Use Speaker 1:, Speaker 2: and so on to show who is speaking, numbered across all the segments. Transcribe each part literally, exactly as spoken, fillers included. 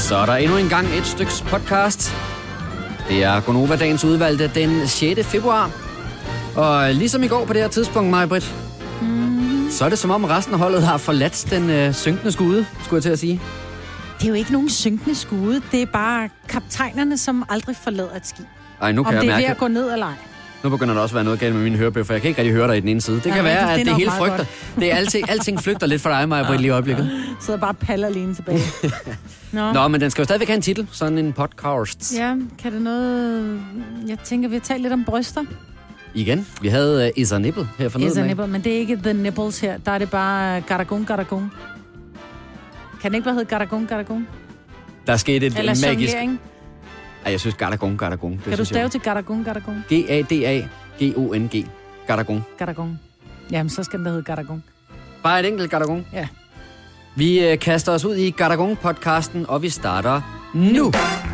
Speaker 1: Så er der endnu en gang et styks podcast. Det er Gonova-dagens udvalgte den sjette februar. Og ligesom i går på det her tidspunkt, Maj-Brit, mm. så er det som om resten af holdet har forladt den øh, synkende skude, skulle jeg til at sige.
Speaker 2: Det er jo ikke nogen synkende skude. Det er bare kaptajnerne, som aldrig forlader et skib.
Speaker 1: Ej, nu kan
Speaker 2: Om
Speaker 1: jeg
Speaker 2: det er
Speaker 1: mærke,
Speaker 2: ved at gå ned eller ej.
Speaker 1: Nu begynder der også at være noget galt med mine hørebøffer, for jeg kan ikke rigtig høre dig i den ene side. Det
Speaker 2: Nej,
Speaker 1: kan være,
Speaker 2: det,
Speaker 1: at
Speaker 2: det,
Speaker 1: det hele
Speaker 2: meget
Speaker 1: frygter.
Speaker 2: godt.
Speaker 1: Det er alting, alting flygter lidt fra dig, Maja, på et lige øjeblikket.
Speaker 2: Så bare paller alene tilbage. Nå.
Speaker 1: Nå, men den skal jo stadigvæk have en titel. Sådan en podcast.
Speaker 2: Ja, kan det noget... Jeg tænker, vi har talt lidt om bryster.
Speaker 1: Igen. Vi havde uh, Is a Nipple her forneden.
Speaker 2: Is a Nipple, men det er ikke The Nipples her. Der er det bare Garagon, Garagon. Kan det ikke bare hedde Garagon, Garagon?
Speaker 1: Der skete et
Speaker 2: Eller
Speaker 1: magisk...
Speaker 2: jonglering.
Speaker 1: Ej, jeg synes Garagon, Garagon. Det
Speaker 2: Kan du stave til Garagon, Garagon?
Speaker 1: G A D A G O N G. Garagon.
Speaker 2: Garagon. Jamen, så skal den da hedde Garagon.
Speaker 1: Bare et enkelt Garagon.
Speaker 2: Ja.
Speaker 1: Vi øh, kaster os ud i Garagon-podcasten, og vi starter nu.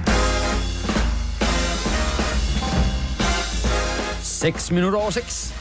Speaker 1: seks minutter over seks.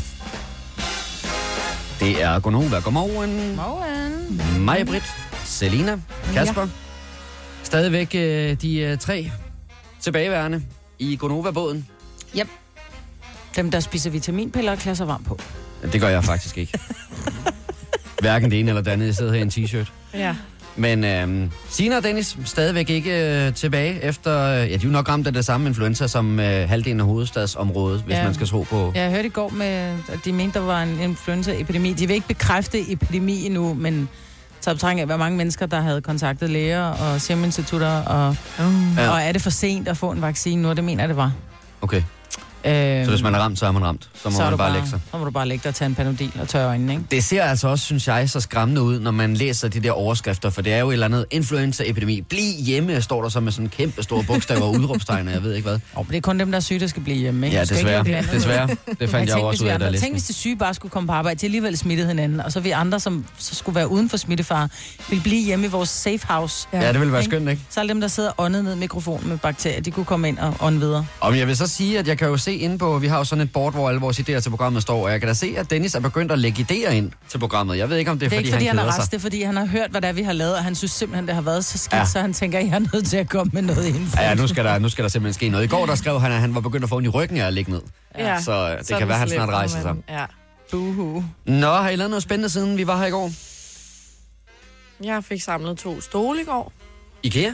Speaker 1: Det er Gonova. Godmorgen.
Speaker 2: Morgen.
Speaker 1: Maj-Brit, Selina, Kasper. Ja. Stadigvæk øh, de øh, tre tilbageværende i Gonova-båden.
Speaker 2: Yep. Dem, der spiser vitaminpiller og klasser varmt på.
Speaker 1: Det gør jeg faktisk ikke. Hverken det ene eller det andet. Jeg sidder her i en t-shirt.
Speaker 2: Ja.
Speaker 1: Men øhm, Sina og Dennis stadigvæk ikke øh, tilbage efter... Øh, ja, de er jo nok ramt af det samme influenza som øh, halvdelen af hovedstadsområdet, hvis
Speaker 2: Ja.
Speaker 1: man skal tro på...
Speaker 2: Jeg hørte i går, med, at de mente, der var en influenza-epidemi. De vil ikke bekræfte epidemi endnu, men så betragtning af, hvor mange mennesker, der havde kontaktet læger og seruminstitutter, og, uh.
Speaker 1: Ja.
Speaker 2: og er det for sent at få en vaccine nu? Det mener jeg, det var.
Speaker 1: Okay.
Speaker 2: Øhm,
Speaker 1: Så hvis man er ramt, så er man ramt. Så må
Speaker 2: så
Speaker 1: man
Speaker 2: du
Speaker 1: bare lægge sig.
Speaker 2: Så må du bare lægge dig og tage en Panodil og tørre øjnene, ikke?
Speaker 1: Det ser altså også, synes jeg, så skræmmende ud, når man læser de der overskrifter, for det er jo et eller andet influenza-epidemi. Bliv hjemme, står der så med sådan kæmpe store bogstaver og udråbstegn, jeg ved ikke hvad.
Speaker 2: Oh, det er kun dem, der er syge, der skal blive hjemme, ikke?
Speaker 1: Ja,
Speaker 2: Du skal
Speaker 1: desværre.
Speaker 2: ikke lukke landet
Speaker 1: Desværre.
Speaker 2: ned.
Speaker 1: Det fandt jeg jo også ud af, der
Speaker 2: Tænk,
Speaker 1: listen.
Speaker 2: hvis de syge bare skulle komme på arbejde, til alligevel smittede hinanden, og så vi andre, som så skulle være uden for smittefare, vil blive hjemme i vores safe house.
Speaker 1: Ja, det ville være
Speaker 2: Ikke?
Speaker 1: skønt, ikke?
Speaker 2: Så alle dem, der sidder åndet ned i mikrofonen med bakterier, de kunne komme ind og ånde videre.
Speaker 1: Og jeg vil så sige, at jeg kan jo se inde på, vi har jo sådan et board, hvor alle vores idéer til programmet står, og jeg kan da se, at Dennis er begyndt at lægge idéer ind til programmet. Jeg ved ikke, om det er,
Speaker 2: Det er
Speaker 1: fordi,
Speaker 2: ikke, fordi han,
Speaker 1: han
Speaker 2: han
Speaker 1: keder
Speaker 2: er rest,
Speaker 1: sig.
Speaker 2: det er, fordi han har hørt, hvad det er, vi har lavet, og han synes simpelthen, det har været så skidt,
Speaker 1: Ja.
Speaker 2: ja. så han tænker, at jeg er nødt til at komme med noget info.
Speaker 1: Ja, nu skal, der, nu skal der simpelthen ske noget. I går, der skrev han, at han var begyndt at få ondt i ryggen af at ligge ned.
Speaker 3: Ja.
Speaker 1: Så øh, det
Speaker 3: Så er
Speaker 1: kan være, at han
Speaker 3: slemt,
Speaker 1: snart rejser
Speaker 3: når
Speaker 1: sig.
Speaker 3: man- Ja.
Speaker 2: Buhu.
Speaker 1: Nå, har I lavet noget spændende, siden vi var her i går?
Speaker 3: Jeg fik samlet to stole i går.
Speaker 1: IKEA?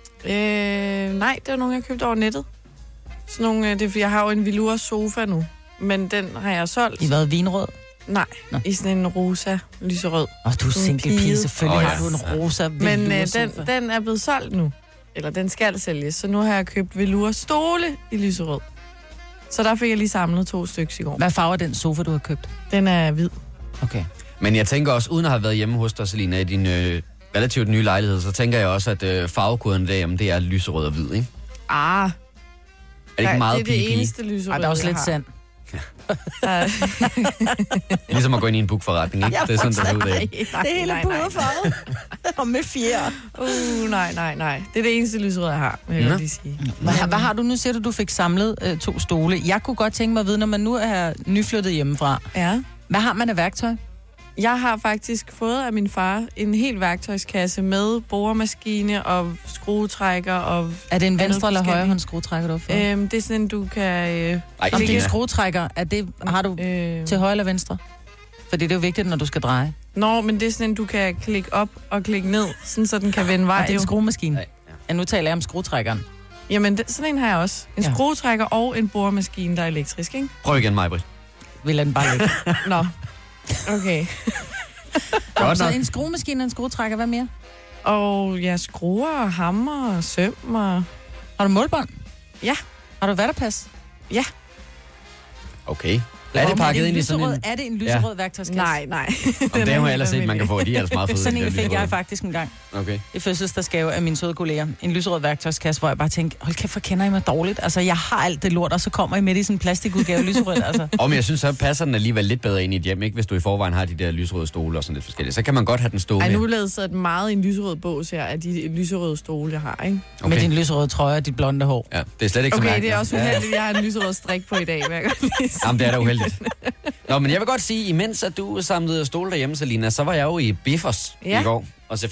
Speaker 3: Øh, nej, det var nogle, jeg købte over nettet. Sådan nogle, øh, det er, fordi jeg har jo en velour sofa nu. Men den har jeg solgt.
Speaker 2: I hvad, vinrød?
Speaker 3: Nej,
Speaker 2: Nå.
Speaker 3: i sådan en rosa, lyserød.
Speaker 2: Og du er
Speaker 3: Sådan
Speaker 2: single pige,
Speaker 3: pige.
Speaker 2: selvfølgelig
Speaker 1: Åh,
Speaker 2: oh,
Speaker 1: ja.
Speaker 2: har du en rosa
Speaker 3: Men øh, den,
Speaker 2: velour-sofa.
Speaker 3: den er blevet solgt nu. Eller den skal sælges. Så nu har jeg købt velour stole i lyserød. Så der fik jeg lige samlet to stykker i går.
Speaker 2: Hvad farve er den sofa, du har købt?
Speaker 3: Den er hvid.
Speaker 2: Okay.
Speaker 1: Men jeg tænker også, uden at have været hjemme hos dig, Selina, i din øh, relativt nye lejlighed, så tænker jeg også, at øh, farvekoden derhjemme, det er lyserød og hvid, ikke?
Speaker 3: Ah,
Speaker 1: Er det ikke meget
Speaker 3: det er det
Speaker 1: pige-pige?
Speaker 3: eneste lyserød,
Speaker 2: Og der er også
Speaker 3: jeg
Speaker 2: lidt
Speaker 3: har.
Speaker 2: sand.
Speaker 3: Der-
Speaker 1: Ligesom at gå ind i en bookforretning, ikke? Det er sådan, det ser ud af.
Speaker 3: Nej, nej, nej, nej.
Speaker 2: puderfarvet. Og med fjer.
Speaker 3: Uh, nej, nej, nej. Det er det eneste lyserød, jeg har, vil jeg
Speaker 1: Nå.
Speaker 3: godt lige sige.
Speaker 2: Hvad, hvad har du nu? Siger du, du fik samlet øh, to stole. Jeg kunne godt tænke mig at vide, når man nu er nyflyttet hjemmefra.
Speaker 3: Ja.
Speaker 2: Hvad har man af værktøj?
Speaker 3: Jeg har faktisk fået af min far en hel værktøjskasse med boremaskine og skruetrækker og...
Speaker 2: Er det en
Speaker 3: Andet
Speaker 2: venstre eller
Speaker 3: forskelligt.
Speaker 2: højre hånd skruetrækker, du har fået?
Speaker 3: Øhm, det er sådan en, du kan... Øh,
Speaker 1: Ej,
Speaker 2: Om det er
Speaker 1: Selina.
Speaker 2: en skruetrækker, er det, har du
Speaker 3: øh,
Speaker 2: til højre eller venstre? Fordi det er jo vigtigt, når du skal dreje.
Speaker 3: Nå, men det er sådan en, du kan klikke op og klikke ned, sådan så den kan vende vej.
Speaker 2: Og det er en
Speaker 3: jo.
Speaker 2: skruemaskine.
Speaker 1: Nej, ja.
Speaker 2: Ja, nu taler jeg om skruetrækkeren.
Speaker 3: Jamen, det, sådan en har jeg også. En
Speaker 2: Ja.
Speaker 3: skruetrækker og en boremaskine, der er elektrisk, ikke?
Speaker 1: Prøv igen, Maj-Brit.
Speaker 2: Vi lader den bare ligge.
Speaker 3: Nå, okay.
Speaker 1: Godt
Speaker 2: Så
Speaker 1: nok.
Speaker 2: en skruemaskine og en skruetrækker, hvad mere?
Speaker 3: Og ja, skruer og hammer og søm og...
Speaker 2: Har du målbånd?
Speaker 3: Ja.
Speaker 2: Har du vatterpas?
Speaker 1: Okay. Er det pakket ind i sådan en...
Speaker 2: Er det en lyserød ja. værktøjskasse?
Speaker 3: Nej, nej.
Speaker 1: Om det har jeg
Speaker 3: helt
Speaker 1: ellers set, man kan få, de er altså meget fede.
Speaker 2: Sådan
Speaker 1: de
Speaker 2: en
Speaker 1: der
Speaker 2: fik jeg
Speaker 1: lyserøde.
Speaker 2: faktisk en gang
Speaker 1: Okay.
Speaker 2: i fødselsdagsgave af mine søde kolleger. En lyserød værktøjskasse, hvor jeg bare tænkte, hold kæft, hvor kender I mig dårligt? Altså, jeg har alt det lort, og så kommer I midt i sådan en plastikudgave lyserød, altså.
Speaker 1: Og men jeg synes, så passer den alligevel lidt bedre ind i et hjem, ikke? Hvis du i forvejen har de der lyserøde stole og sådan lidt forskellige. Så kan man godt have den stående.
Speaker 3: Ej, nu er det så meget i en lyserød bås her, af de lyserøde stole, jeg har, ikke?
Speaker 1: Okay.
Speaker 2: Med din lyserøde trøje og dit blonde hår.
Speaker 1: Ja, det er slet ikke så
Speaker 3: Okay,
Speaker 1: mærkeligt.
Speaker 3: det er også uheldigt, at jeg har en lyserød strik på i dag, vil jeg godt lige sige.
Speaker 1: Jamen, det er da uheldigt. Nå, men jeg vil godt sige, imens at du samlede stole derhjemme, Selina, så var jeg jo i Biffers
Speaker 3: Ja.
Speaker 1: i går og se film.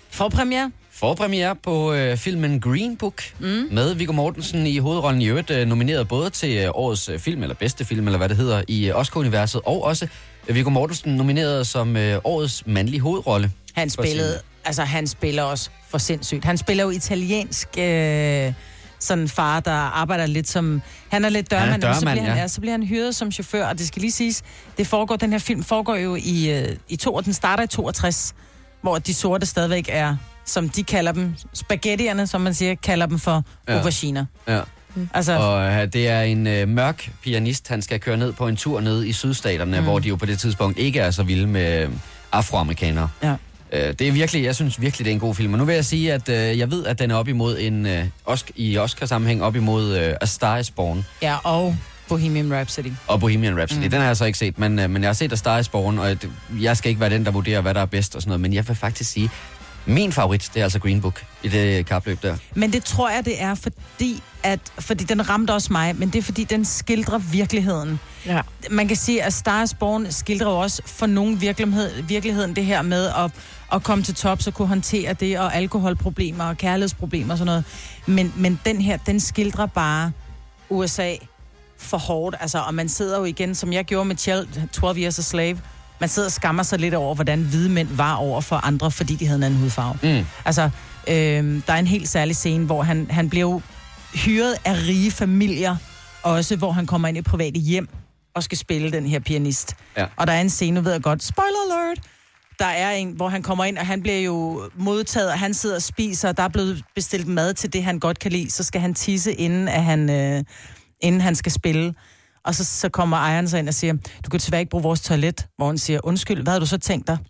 Speaker 2: Forpremiere.
Speaker 1: Forpremiere på øh, filmen Green Book, mm. med Viggo Mortensen i hovedrollen, i øvrigt øh, nomineret både til øh, årets øh, film, eller bedste film, eller hvad det hedder, i øh, Oscar-universet, og også øh, Viggo Mortensen nomineret som øh, årets mandlige hovedrolle.
Speaker 2: Han spillede, altså han spiller også for sindssygt. Han spiller jo italiensk, øh, sådan far, der arbejder lidt som, han er lidt dørmand,
Speaker 1: han er dørmand,
Speaker 2: så, bliver
Speaker 1: ja.
Speaker 2: han, ja, så bliver han hyret som chauffør, og det skal lige siges, det foregår, den her film foregår jo i, øh, i to, og den starter i toogtres, hvor de sorte stadigvæk er, som de kalder dem, spaghettierne, som man siger, kalder dem for ja. auberginer.
Speaker 1: Ja.
Speaker 2: Mm. Altså,
Speaker 1: og øh, det er en øh, mørk pianist, han skal køre ned på en tur ned i sydstaterne, mm. hvor de jo på det tidspunkt ikke er så vilde med øh, afroamerikanere.
Speaker 2: Ja.
Speaker 1: Øh, det er virkelig, jeg synes virkelig, det er en god film. Og nu vil jeg sige, at øh, jeg ved, at den er op imod en, øh, Oscar, i Oscar-sammenhæng, op imod øh, A Star is Born.
Speaker 2: Ja, og Bohemian Rhapsody.
Speaker 1: Og Bohemian Rhapsody. Mm. Den har jeg så ikke set, men, øh, men jeg har set A Star is Born, og det, jeg skal ikke være den, der vurderer, hvad der er bedst og sådan noget, men jeg vil faktisk sige, min favorit, det er altså Green Book i det kapløb der.
Speaker 2: Men det tror jeg, det er, fordi, at, fordi den ramte også mig, men det er, fordi den skildrer virkeligheden. Ja. Man kan sige, at Star is Born skildrer også for nogen virkelighed, virkeligheden det her med at, at komme til tops og kunne håndtere det, og alkoholproblemer og kærlighedsproblemer og sådan noget. Men, men den her, den skildrer bare U S A for hårdt. Altså, og man sidder jo igen, som jeg gjorde med tolv Years a Slave, man sidder og skammer sig lidt over, hvordan hvide mænd var over for andre, fordi de havde en anden hudfarve. Mm. Altså, øh, der er en helt særlig scene, hvor han, han blev hyret af rige familier, også hvor han kommer ind i private hjem og skal spille den her pianist. Ja. Og der er en scene, nu ved jeg godt, spoiler alert, der er en, hvor han kommer ind, og han bliver jo modtaget, og han sidder og spiser, og der er blevet bestilt mad til det, han godt kan lide, så skal han tisse, inden, at han, øh, inden han skal spille. Og så, så kommer ejeren så ind og siger, du kan desværre ikke bruge vores toilet, hvor han siger, undskyld, hvad har du så tænkt dig?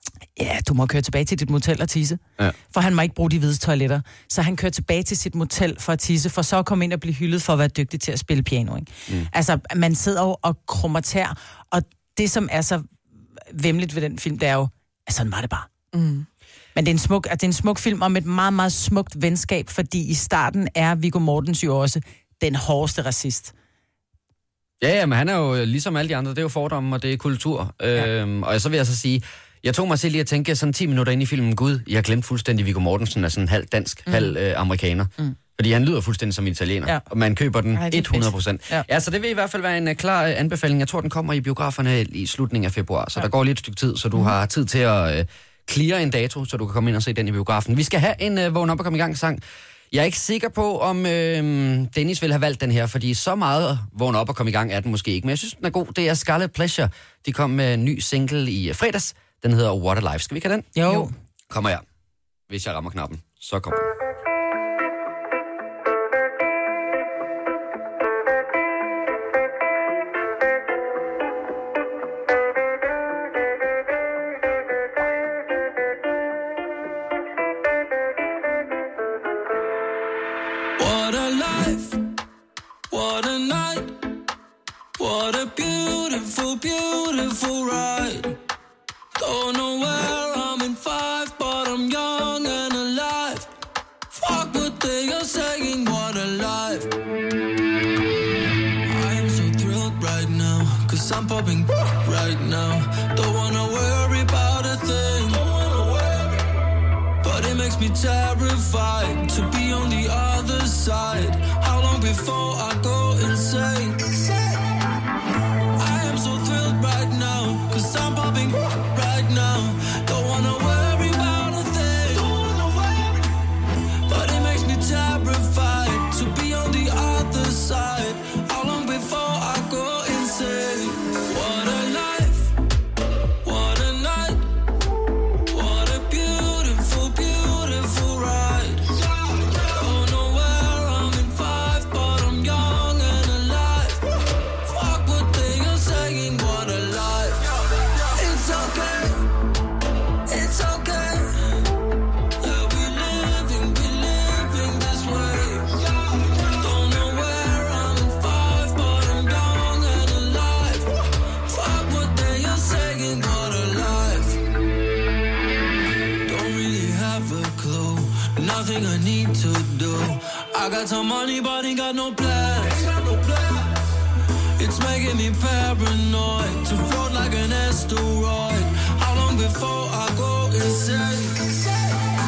Speaker 2: Ja, du må køre tilbage til dit motel og tisse. Ja. For han må ikke bruge de hvide toiletter. Så han kører tilbage til sit motel for at tisse, for så at komme ind og blive hyldet for at være dygtig til at spille piano. Ikke? Mm. Altså, man sidder jo og krummer tær, og det, som er så væmmeligt ved den film, det er jo, at sådan var det bare. Mm. Men det er, en smuk, det er en smuk film om et meget, meget smukt venskab, fordi i starten er Viggo Mortensen jo også den hårdeste racist.
Speaker 1: Ja, ja, men han er jo ligesom alle de andre, det er jo fordomme, og det er kultur. Ja. Øhm, og så vil jeg så sige, jeg tog mig selv lige at tænke sådan ti minutter ind i filmen, gud, jeg har glemt fuldstændig, Viggo Mortensen er sådan halv dansk, mm. halv øh, amerikaner. Mm. Fordi han lyder fuldstændig som italiener, ja. Og man køber den Ej, hundrede procent. Ja. Ja, så det vil i hvert fald være en uh, klar uh, anbefaling. Jeg tror, den kommer i biograferne i slutningen af februar, så ja. Der går lidt et stykke tid, så du mm. har tid til at uh, clear en dato, så du kan komme ind og se den i biografen. Vi skal have en uh, vågn op og komme i gang sang. Jeg er ikke sikker på, om øh, Dennis vil have valgt den her, fordi så meget vågn op og komme i gang er den måske ikke. Men jeg synes, den er god. Det er Scarlet Pleasure. De kom med en ny single i fredags. Den hedder What a Life. Skal vi ikke have den?
Speaker 2: Jo. jo.
Speaker 1: Kommer jeg. Hvis jeg rammer knappen, så kommer den.
Speaker 4: Terrified to be on the other side. How long before I go insane? I am so thrilled right now, cause I'm popping right now. Don't wanna worry about a thing, but it makes me terrified to be on the other side. How long before I go insane? What a life, what a night, what a beautiful, beautiful ride. Don't know where I'm in five, but I'm young and alive. Fuck what they are saying, what a life. It's okay, it's okay. They'll be living, be living this way. Don't know where I'm in five, but I'm young and alive. Fuck what they are saying, what a life. Don't really have a clue, nothing I need to do. I got some money, but ain't got no plans. It's making me paranoid to float like an asteroid. How long before I go insane?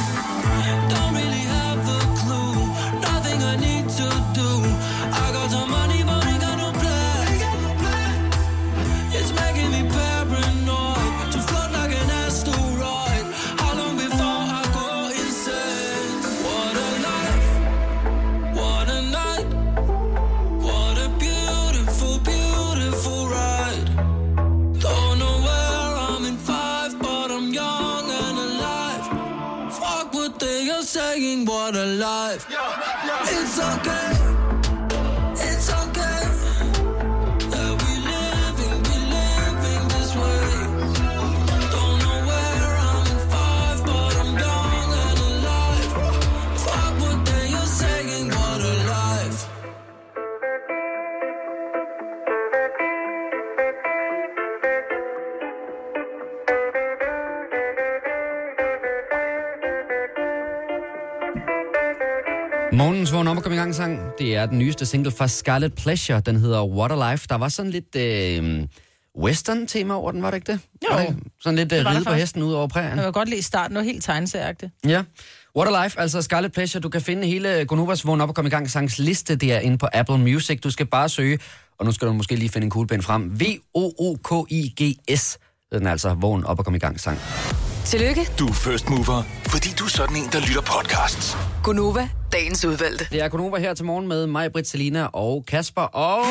Speaker 4: saying what a life. It's okay, it's okay. That we living, we living this way. Don't know where I'm in five, but I'm young and alive. Fuck what they are saying, what a life.
Speaker 1: Morgens vågen op og kom i gang sang, det er den nyeste single fra Scarlet Pleasure. Den hedder What a Life. Der var sådan lidt øh, western-tema over den, var det ikke det?
Speaker 2: Jo.
Speaker 1: Var det? Sådan lidt øh,
Speaker 2: var
Speaker 1: ride på
Speaker 2: faktisk.
Speaker 1: hesten ud over prærien.
Speaker 2: Jeg vil godt lide starten, noget helt tegneserieagtigt.
Speaker 1: Ja. What a Life, altså Scarlet Pleasure. Du kan finde hele Gonovas vågen op og komme i gang sangs liste. Det er inde på Apple Music. Du skal bare søge, og nu skal du måske lige finde en kuglepen frem. V O O K I G S. Den er altså vågen op og komme i gang sang.
Speaker 5: Tillykke,
Speaker 6: Du er first mover, fordi du er sådan en, der lytter podcasts.
Speaker 5: Gunova, dagens udvalgte.
Speaker 1: Det er Gonova her til morgen med mig, Britt, Selina og Kasper og...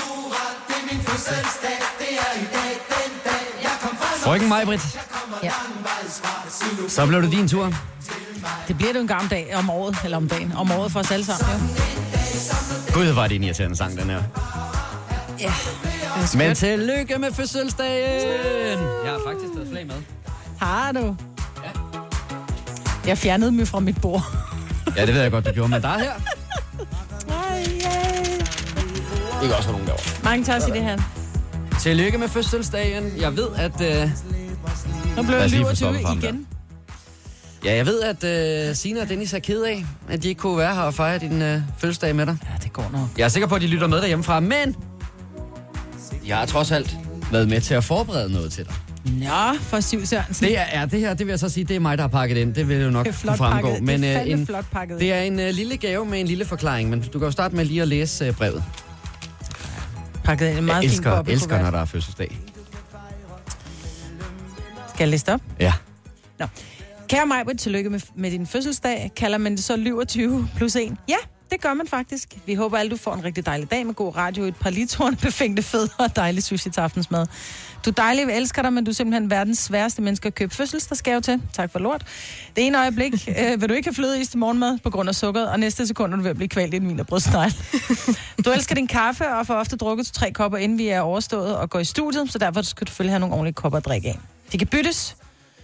Speaker 1: Frøken mig, Britt.
Speaker 2: Ja.
Speaker 1: Så blev det din tur.
Speaker 2: Det bliver det jo en gang dag om året, eller om dagen. Om året for os alle sammen, jo.
Speaker 1: Gud, var det en irriterende sang, den her.
Speaker 2: Ja.
Speaker 1: Men tillykke med fødselsdagen! Jeg har faktisk taget flag med.
Speaker 2: Har du? Ja. Jeg fjernede dem fra mit bord.
Speaker 1: Ja, det ved jeg godt, du gjorde, men der er her.
Speaker 2: Ej, yeah.
Speaker 1: Ikke også for nogen derovre.
Speaker 2: Mange tak til det her.
Speaker 1: Tillykke med fødselsdagen. Jeg ved, at... Øh...
Speaker 2: Nu blev
Speaker 1: Lad
Speaker 2: jeg
Speaker 1: os lige få
Speaker 2: syvogtyve
Speaker 1: stoppet for ham
Speaker 2: igen.
Speaker 1: Ja, jeg ved, at øh, Sina og Dennis er ked af, at de ikke kunne være her og fejre din øh, fødselsdag med dig.
Speaker 2: Ja, det går nok.
Speaker 1: Jeg er sikker på, at de lytter med derhjemmefra, men... Jeg har trods alt været med til at forberede noget til dig.
Speaker 2: Nå, for Siv Sørensen.
Speaker 1: Det er, er det her, det vil jeg så sige, det er mig, der har pakket ind. Det vil jo nok
Speaker 2: Det er flot
Speaker 1: kunne fremgå.
Speaker 2: pakket.
Speaker 1: Men,
Speaker 2: Det er
Speaker 1: øh,
Speaker 2: fandme
Speaker 1: en,
Speaker 2: flot pakket.
Speaker 1: det er en uh, lille gave med en lille forklaring, men du kan jo starte med lige at læse uh, brevet.
Speaker 2: Pakket ind en meget
Speaker 1: jeg
Speaker 2: fin
Speaker 1: elsker,
Speaker 2: boble.
Speaker 1: elsker når der er fødselsdag.
Speaker 2: Skal jeg læse det op?
Speaker 1: Ja.
Speaker 2: Nå. Kære Majbrit, tillykke med, med din fødselsdag. Kalder man det så syvogtyve plus en? Ja, det gør man faktisk. Vi håber alle, du får en rigtig dejlig dag med god radio, et par litorne befængte fødder og dejlig sushi til aftensmad. Du er dejlig, vi elsker dig, men du er simpelthen verdens sværeste menneske at købe fødselsdagsgave til. Tak for lort. Det ene øjeblik øh, vil du ikke have flødeis til morgenmad på grund af sukkeret, og næste sekund er du ved at blive kvalt i en wienerbrødsnegl. Du elsker din kaffe og får ofte drukket tre kopper, inden vi er overstået og går i studiet, så derfor skal du selvfølgelig have nogle ordentlige kopper at drikke af. De kan byttes,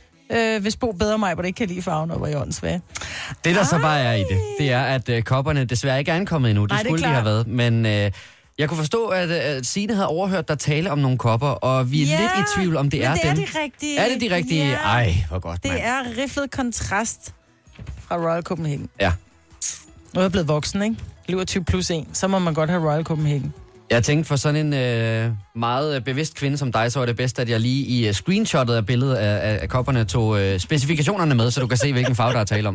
Speaker 2: øh, hvis Bo bedre mig, hvor det ikke kan lide farven og hvor i åndssvage.
Speaker 1: Det, der ah, så bare er i det, det er, at øh, kopperne desværre ikke er ankommet endnu. Det
Speaker 2: Nej, det
Speaker 1: skulle
Speaker 2: er
Speaker 1: de have været. Men øh, jeg kunne forstå, at, at Signe havde overhørt dig tale om nogle kopper, og vi er
Speaker 2: Ja,
Speaker 1: lidt i tvivl, om det
Speaker 2: men
Speaker 1: er
Speaker 2: det
Speaker 1: dem.
Speaker 2: er de rigtige.
Speaker 1: Er det de rigtige?
Speaker 2: Ja.
Speaker 1: Ej, hvor godt, mand.
Speaker 2: Det er riflet kontrast fra Royal Copenhagen.
Speaker 1: Ja.
Speaker 2: Nu er jeg blevet voksen, ikke? syvogtyve plus en, så må man godt have Royal Copenhagen.
Speaker 1: Jeg tænkte, for sådan en øh, meget øh, bevidst kvinde som dig, så var det bedst, at jeg lige i uh, screenshottet af billedet af, af, af kopperne tog øh, specifikationerne med, så du kan se, hvilken farve der er tale om.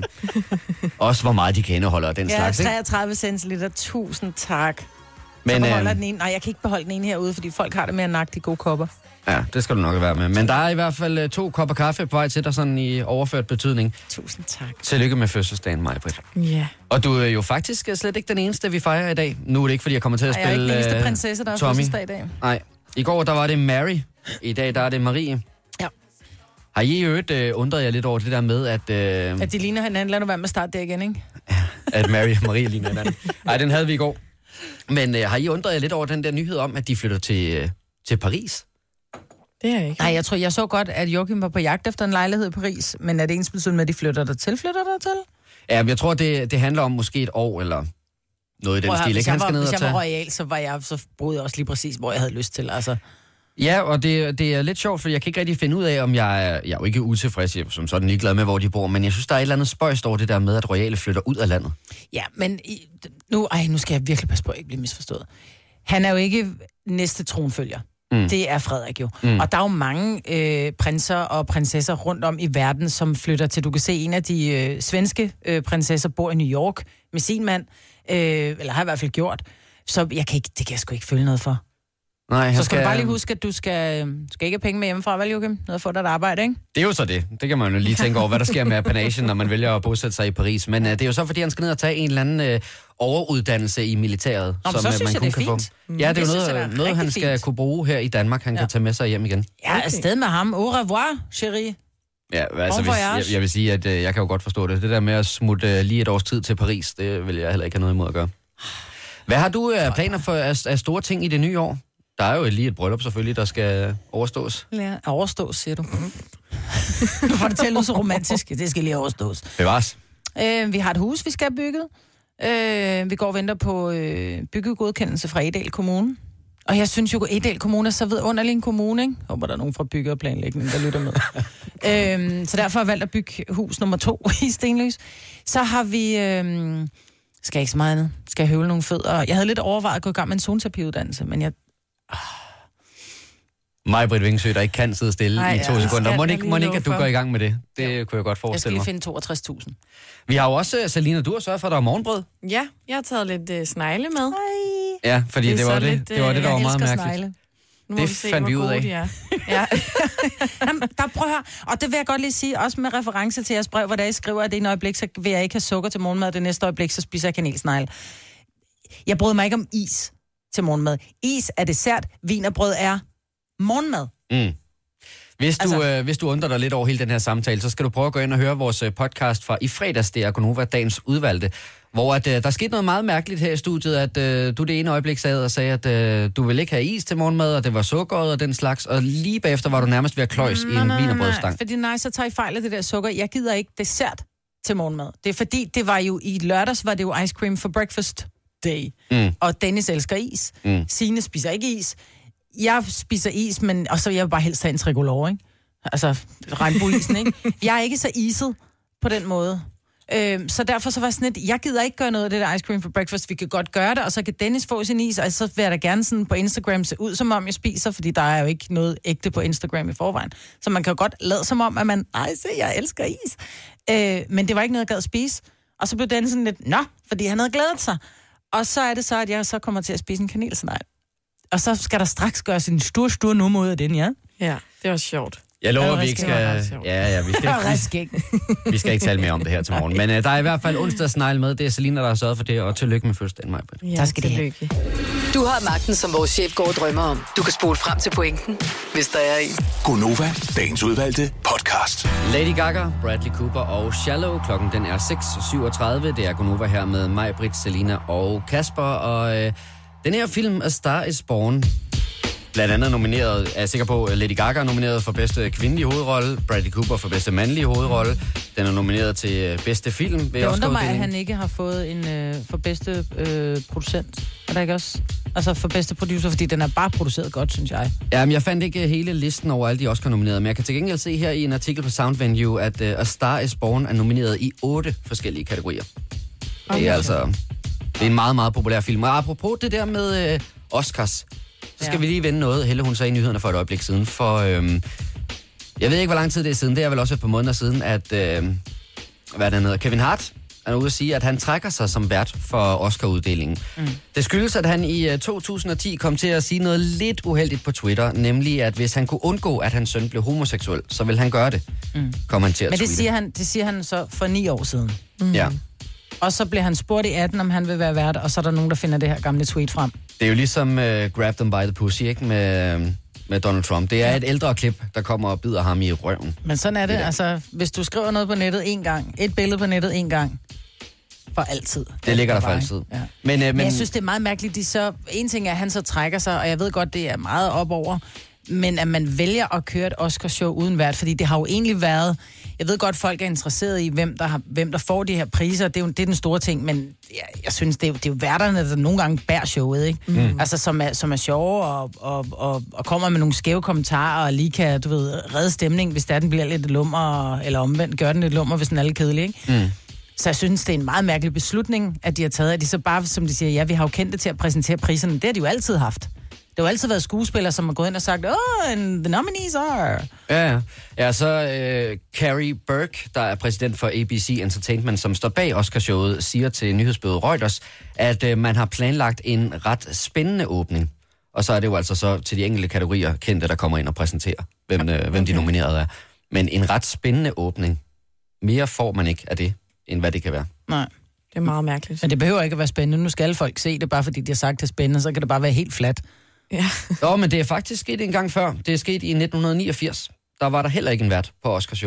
Speaker 1: Også hvor meget de kan indeholde og den
Speaker 2: Ja,
Speaker 1: slags, ikke?
Speaker 2: treogtredive centiliter. Tusind tak.
Speaker 1: Men,
Speaker 2: så beholder
Speaker 1: øh,
Speaker 2: den ene. Nej, jeg kan ikke beholde den ene herude, fordi folk har det med at nakke de gode kopper.
Speaker 1: Ja, det skal du nok være med. Men der er i hvert fald uh, to kopper kaffe på vej til dig, sådan i overført betydning.
Speaker 2: Tusind tak.
Speaker 1: Tillykke med fødselsdagen, Maj-Britt.
Speaker 3: Ja.
Speaker 1: Og du er jo faktisk slet ikke den eneste, vi fejrer i dag. Nu er det ikke, fordi jeg kommer til at
Speaker 2: Ej, jeg er
Speaker 1: spille
Speaker 2: ikke den eneste
Speaker 1: øh,
Speaker 2: prinsesse, der har
Speaker 1: Tommy.
Speaker 2: fødselsdag i dag.
Speaker 1: Nej, i går der var det Mary. I dag der er det Marie.
Speaker 2: Ja.
Speaker 1: Har I i øvrigt øh, undret jer lidt over det der med, at... Øh,
Speaker 2: At de ligner hinanden. Lad nu være med at starte der igen, ikke?
Speaker 1: at Mary og Marie ligner hinanden. Nej, den havde vi i går. Men øh, har I undret jer lidt over den der nyhed om, at de flytter til, øh, til Paris?
Speaker 3: Det er jeg ikke.
Speaker 2: Nej, jeg tror, jeg så godt, at Joachim var på jagt efter en lejlighed i Paris, men er det ens betydning med, at de flytter der til? Flytter der til?
Speaker 1: Ja, jeg tror, det, det handler om måske et år, eller noget i den
Speaker 2: Prøv at høre,
Speaker 1: stil.
Speaker 2: hvis
Speaker 1: Ikke?
Speaker 2: jeg
Speaker 1: Han skal
Speaker 2: var,
Speaker 1: ned
Speaker 2: hvis
Speaker 1: og
Speaker 2: jeg
Speaker 1: tage...
Speaker 2: var royal, så var jeg så boede jeg også lige præcis, hvor jeg havde lyst til. Altså.
Speaker 1: Ja, og det, det er lidt sjovt, for jeg kan ikke rigtig finde ud af, om jeg er, jeg er jo ikke utilfreds, jeg er som sådan ligeglad med, hvor de bor, men jeg synes, der er et eller andet spøjst over det der med, at royale flytter ud af landet.
Speaker 2: Ja, men i, nu, ej, nu skal jeg virkelig passe på, at jeg ikke bliver misforstået. Han er jo ikke næste tronfølger. Mm. Det er Frederik jo. Mm. Og der er jo mange øh, prinser og prinsesser rundt om i verden, som flytter til. Du kan se, en af de øh, svenske øh, prinsesser bor i New York med sin mand, øh, eller har i hvert fald gjort. Så jeg kan ikke, det kan jeg sgu ikke føle noget for.
Speaker 1: Nej,
Speaker 2: så skal, skal du bare lige huske, at du skal, skal ikke have penge med hjemmefra, vel, Joachim? Noget at få dig et arbejde, ikke?
Speaker 1: Det er jo så det. Det kan man jo lige tænke over, hvad der sker med apanagen, når man vælger at bosætte sig i Paris. Men uh, det er jo så, fordi han skal ned og tage en eller anden uh, overuddannelse i militæret.
Speaker 2: Nå,
Speaker 1: som
Speaker 2: så
Speaker 1: uh,
Speaker 2: synes
Speaker 1: man
Speaker 2: jeg,
Speaker 1: kun
Speaker 2: det er
Speaker 1: kan
Speaker 2: fint.
Speaker 1: få. Ja, det er jo
Speaker 2: Det synes
Speaker 1: noget,
Speaker 2: jeg, det er
Speaker 1: noget han
Speaker 2: rigtig
Speaker 1: skal
Speaker 2: fint.
Speaker 1: kunne bruge her i Danmark. Han ja. kan tage med sig hjem igen.
Speaker 2: Ja, okay. Afsted med ham. Au revoir, chérie.
Speaker 1: Ja, altså,
Speaker 2: Bon
Speaker 1: hvis,
Speaker 2: voyage.
Speaker 1: jeg, jeg vil sige, at øh, jeg kan jo godt forstå det. Det der med at smutte øh, lige et års tid til Paris, det vil jeg heller ikke have noget imod at gøre. Hvad har du øh, planer for af, af store ting i det nye år? Der er jo lige et bryllup selvfølgelig, der skal overstås.
Speaker 2: Ja, overstås, siger du. Du får det til at lyde så romantisk. Det skal lige overstås.
Speaker 1: Bevares.
Speaker 2: Øh, vi har et hus, vi skal have bygget. Øh, vi går og venter på øh, byggegodkendelse fra Edal Kommune. Og jeg synes jo, at Edal Kommune er så vidunderlig en kommune, ikke? Jeg håber, der er nogen fra bygge- og planlægning, der lytter med. øhm, så derfor har jeg valgt at bygge hus nummer to i Stenløs. Så har vi... Øhm, skal jeg ikke så meget andet. Skal jeg høvle nogle fødder. Jeg havde lidt overvejet at gå i gang med en zoneterapiuddannelse, men jeg...
Speaker 1: Maj-Britt Vingsø, der ikke kan sidde stille
Speaker 3: Ej,
Speaker 1: i to
Speaker 3: ja,
Speaker 1: sekunder. Må
Speaker 3: skal
Speaker 1: ikke,
Speaker 3: jeg
Speaker 1: må
Speaker 3: lige
Speaker 1: ikke, at du
Speaker 3: love
Speaker 1: går
Speaker 3: for.
Speaker 1: i gang med det? Det ja. kunne jeg godt
Speaker 2: Jeg skal
Speaker 1: forestille
Speaker 2: lige
Speaker 1: mig.
Speaker 2: finde toogtres tusind.
Speaker 1: Vi har jo også, Selina, du har sørget for, at der er morgenbrød.
Speaker 3: Ja, jeg har taget lidt øh, snegle med.
Speaker 1: Ja, fordi det,
Speaker 3: Det er
Speaker 1: det var
Speaker 3: så
Speaker 1: det,
Speaker 3: lidt,
Speaker 1: det, var det, der
Speaker 3: øh,
Speaker 1: var
Speaker 2: Jeg
Speaker 1: meget
Speaker 2: elsker
Speaker 1: mærkeligt.
Speaker 2: snegle.
Speaker 3: Nu må
Speaker 1: Det
Speaker 3: vi se,
Speaker 1: fandt vi
Speaker 3: hvor
Speaker 1: ud af.
Speaker 3: gode de er. Ja.
Speaker 2: Jamen, der prøv at høre. Og det vil jeg godt lige sige, også med reference til jeres brev, hvor der I skriver, at det ene øjeblik, så vil jeg ikke have sukker til morgenmad, og det næste øjeblik, så spiser jeg kanelsnegle. Jeg bryder mig ikke om is til morgenmad. Is er dessert, wienerbrød er morgenmad.
Speaker 1: Mm. Hvis du,
Speaker 2: Altså-
Speaker 1: øh, hvis du undrer dig lidt over hele den her samtale, så skal du prøve at gå ind og høre vores øh, podcast fra i fredags, det er Gonova, dagens udvalgte, hvor at, øh, der skete noget meget mærkeligt her i studiet, at øh, du det ene øjeblik sad og sagde, at øh, du ville ikke have is til morgenmad, og det var sukkeret og den slags, og lige bagefter var du nærmest ved at kløjs i en wienerbrødstang.
Speaker 2: Fordi nej, så tager I fejl af det der sukker. Jeg gider ikke dessert til morgenmad. Det er fordi, det var jo i lørdags, var det jo ice cream for breakfast day.
Speaker 1: Mm.
Speaker 2: Og Dennis elsker is.
Speaker 1: Mm.
Speaker 2: Signe spiser ikke is. Jeg spiser is, men og så vil jeg bare helst have en tricolore, ikke? Altså, regnbueisen, ikke? Jeg er ikke så iset på den måde. Øhm, så derfor så var sådan lidt, jeg gider ikke gøre noget af det der ice cream for breakfast. Vi kan godt gøre det, og så kan Dennis få sin is, og så vil jeg da gerne sådan på Instagram se ud, som om jeg spiser, fordi der er jo ikke noget ægte på Instagram i forvejen. Så man kan jo godt lade som om, at man, ej, se, jeg elsker is. Øh, men det var ikke noget, jeg gad at spise. Og så blev Dennis sådan lidt, nå, fordi han havde glædet sig. Og så er det så, at jeg så kommer til at spise en kanelsnegl. Og så skal der straks gøres en stor, stor nummer ud af den, ja?
Speaker 3: Ja, det var sjovt.
Speaker 1: Jeg lover,
Speaker 2: Det
Speaker 1: at
Speaker 2: var
Speaker 1: vi ikke
Speaker 3: rigtig
Speaker 1: skal...
Speaker 3: ret sjovt.
Speaker 1: Ja, ja, vi
Speaker 2: Det var
Speaker 1: skal,
Speaker 2: ret skægt.
Speaker 1: vi skal ikke tale mere om det her til morgen. Men uh, der er i hvert fald onsdagsnegle med. Det er Selina, der har sørget for det, og tillykke med fødselsdagen, Maj-Britt.
Speaker 3: Ja,
Speaker 2: Tak skal de have.
Speaker 3: tillykke.
Speaker 5: Du har magten, som vores chef går og drømmer om. Du kan spole frem til pointen, hvis der er en.
Speaker 6: Gonova, dagens udvalgte podcast.
Speaker 1: Lady Gaga, Bradley Cooper og Shallow. Klokken den er seks syvogtredive. Det er Gonova her med Maj-Britt, Selina og Kasper. Og øh, den her film, A Star is Born, blandt andet nomineret, er jeg sikker på, Lady Gaga er nomineret for bedste kvindelige hovedrolle, Bradley Cooper for bedste mandlige hovedrolle. Den er nomineret til bedste film ved
Speaker 2: Det undrer mig, at
Speaker 1: Oscar-uddelingen.
Speaker 2: han ikke har fået en øh, for bedste øh, producent. Er der ikke også? Altså for bedste producer, fordi den er bare produceret godt, synes jeg.
Speaker 1: Jamen, jeg fandt ikke hele listen over alle de Oscar-nominerede, men jeg kan til gengæld se her i en artikel på Sound Venue, at uh, A Star is Born er nomineret i otte forskellige kategorier. Det er altså... Det er en meget, meget populær film. Og apropos det der med øh, Oscars, så skal
Speaker 2: Ja.
Speaker 1: vi lige vende noget. Helle, hun sagde i nyhederne for et øjeblik siden. For øhm, jeg ved ikke, hvor lang tid det er siden. Det er vel også et par måneder siden, at øh, hvad det hedder, Kevin Hart er ude at sige, at han trækker sig som vært for Oscar-uddelingen. Mm. Det skyldes, at han i uh, to tusind og ti kom til at sige noget lidt uheldigt på Twitter, nemlig at hvis han kunne undgå, at hans søn blev homoseksuel, så ville han gøre det. Mm. Kom han til at
Speaker 2: Men det
Speaker 1: tweete.
Speaker 2: siger, han, det siger han så for ni år siden.
Speaker 1: Mm. Ja.
Speaker 2: Og så blev han spurgt i atten, om han vil være vært, og så er der nogen, der finder det her gamle tweet frem.
Speaker 1: Det er jo ligesom uh, Grab Them By The Pussy, ikke? Med, med Donald Trump. Det er ja. et ældre klip, der kommer og bider ham i røven.
Speaker 2: Men sådan er det.
Speaker 1: Det der.
Speaker 2: Altså, hvis du skriver noget på nettet en gang, et billede på nettet en gang, for altid.
Speaker 1: Det ligger der for
Speaker 2: Bare,
Speaker 1: altid.
Speaker 2: Ja.
Speaker 1: Men, uh, men,
Speaker 2: Men jeg synes, det er meget mærkeligt, de så... En ting er, at han så trækker sig, og jeg ved godt, det er meget op over, men at man vælger at køre et Oscarshow uden vært, fordi det har jo egentlig været... Jeg ved godt, folk er interesseret i, hvem der, har, hvem der får de her priser. Det er jo det er den store ting, men jeg, jeg synes, det er, jo, det er jo værterne, der nogle gange bærer showet, ikke? Mm. Altså, som er, som er sjove og, og, og, og kommer med nogle skæve kommentarer, og lige kan, du ved, redde stemning, hvis der den bliver lidt lummer, eller omvendt gør den lidt lummer, hvis den er lidt kedelig, ikke? Mm. Så jeg synes, det er en meget mærkelig beslutning, at de har taget, at de så bare, som de siger, ja, vi har jo kendt det til at præsentere priserne. Det har de jo altid haft. Det har jo altid været skuespillere, som har gået ind og sagt, oh, and the nominees are...
Speaker 1: Ja, ja. Ja, så øh, Carrie Burke, der er præsident for A B C Entertainment, som står bag Oscarshowet, siger til nyhedsbureauet Reuters, at øh, man har planlagt en ret spændende åbning. Og så er det jo altså så til de enkelte kategorier kendte, der kommer ind og præsenterer, hvem, øh, hvem de nominerede er. Men en ret spændende åbning. Mere får man ikke af det, end hvad det kan være.
Speaker 2: Nej.
Speaker 3: Det er meget mærkeligt.
Speaker 2: Men det behøver ikke at være spændende. Nu skal alle folk se det, bare fordi de har sagt, det er spændende, så kan det bare være helt fladt.
Speaker 3: Ja.
Speaker 1: Nå, men det er faktisk sket en gang før. Det er sket i nitten niogfirs. Der var der heller ikke en vært på Oscarshowet.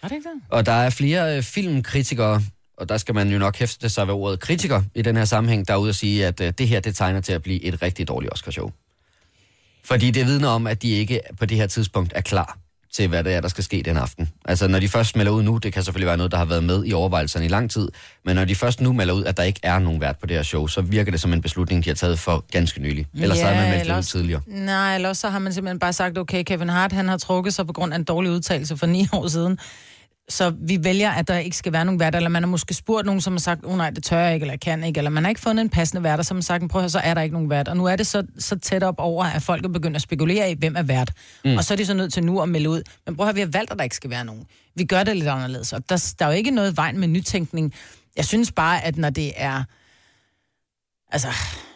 Speaker 2: Er det ikke det?
Speaker 1: Og der er flere øh, filmkritikere, og der skal man jo nok hæfte sig ved ordet kritiker i den her sammenhæng, der er ude at sige, at øh, det her, det tegner til at blive et rigtig dårligt Oscarshow. Fordi det vidner om, at de ikke på det her tidspunkt er klar til, hvad det er, der skal ske den aften. Altså, når de først melder ud nu, det kan selvfølgelig være noget, der har været med i overvejelserne i lang tid, men når de først nu melder ud, at der ikke er nogen vært på det her show, så virker det som en beslutning, de har taget for ganske nylig. Ellers
Speaker 2: ja,
Speaker 1: havde man meldt det ud
Speaker 2: også,
Speaker 1: tidligere.
Speaker 2: Nej, eller så har man simpelthen bare sagt, okay, Kevin Hart, han har trukket sig på grund af en dårlig udtalelse for ni år siden. Så vi vælger, at der ikke skal være nogen værter, eller man har måske spurgt nogen, som har sagt, oh nej, det tør jeg ikke, eller jeg kan ikke, eller man har ikke fundet en passende værter, som har sagt, prøv at høre, så er der ikke nogen vært. Og nu er det så, så tæt op over, at folk er begyndt at spekulere i, hvem er vært. Mm. Og så er de så nødt til nu at melde ud. Men prøv at høre, vi har valgt, at der ikke skal være nogen. Vi gør det lidt anderledes, og der, der er jo ikke noget vejen med nytænkning. Jeg synes bare, at når det er... Altså...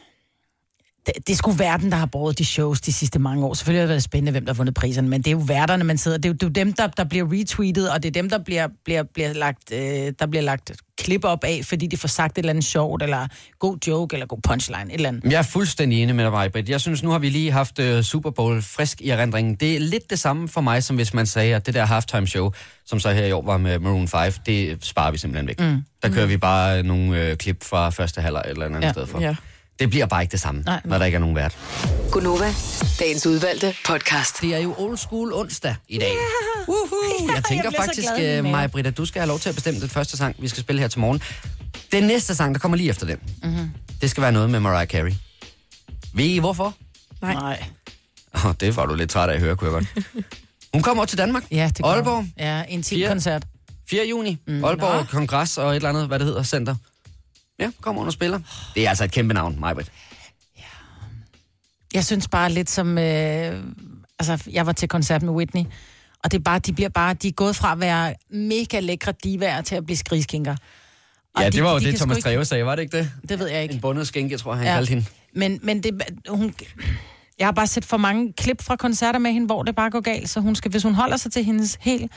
Speaker 2: Det, det er sgu verden, der har båret de shows de sidste mange år. Selvfølgelig har det været spændende, hvem der har vundet priserne, men det er jo værterne, man sidder... Det er jo, det er jo dem, der, der bliver retweetet, og det er dem, der bliver, bliver, bliver lagt, øh, der bliver lagt klip op af, fordi de får sagt et eller andet sjovt, eller god joke, eller god punchline, et eller andet.
Speaker 1: Jeg er fuldstændig enig med dig, Majbrit. Jeg synes, nu har vi lige haft uh, Super Bowl frisk i erindringen. Det er lidt det samme for mig, som hvis man sagde, at det der halftime show, som så her i år var med Maroon fem, det sparer vi simpelthen væk. Mm. Der kører mm. vi bare nogle uh, klip fra første halvleg et eller andet ja. sted for. Ja. Det bliver bare ikke det samme, nej, nej. Når der ikke er nogen vært.
Speaker 5: Gunova, dagens udvalgte podcast.
Speaker 1: Det er jo old school onsdag i dag. Yeah. Uhuh. Jeg tænker jeg faktisk, Majbrit, at du skal have lov til at bestemme den første sang, vi skal spille her til morgen. Den næste sang, der kommer lige efter den, mm-hmm. det skal være noget med Mariah Carey. Ved I hvorfor?
Speaker 2: Nej. Nej.
Speaker 1: Oh, det var du lidt træt af at høre, kunne jeg godt. Hun kommer til Danmark.
Speaker 2: Ja, det kommer.
Speaker 1: Aalborg.
Speaker 2: Ja, en koncert.
Speaker 1: fjerde juni. Mm. Aalborg Nå. Kongres og et eller andet, hvad det hedder, center. Ja, kommer hun og spiller. Det er altså et kæmpe navn, Majbrit.
Speaker 2: Ja. Jeg synes bare lidt som... Øh, altså, jeg var til koncert med Whitney, og det er bare, de bliver bare... De er gået fra at være mega lækre divaer til at blive skrigskinker.
Speaker 1: Og ja,
Speaker 2: de,
Speaker 1: det var jo
Speaker 2: de
Speaker 1: det, Thomas
Speaker 2: ikke...
Speaker 1: Treve sagde, var det ikke det?
Speaker 2: Det ved jeg ikke.
Speaker 1: En bundet skænke, tror jeg, han
Speaker 2: ja.
Speaker 1: kaldte hende.
Speaker 2: Men, men det, hun... Jeg har bare set for mange klip fra koncerter med hende, hvor det bare går galt, så hun skal, hvis hun holder sig til hendes helt...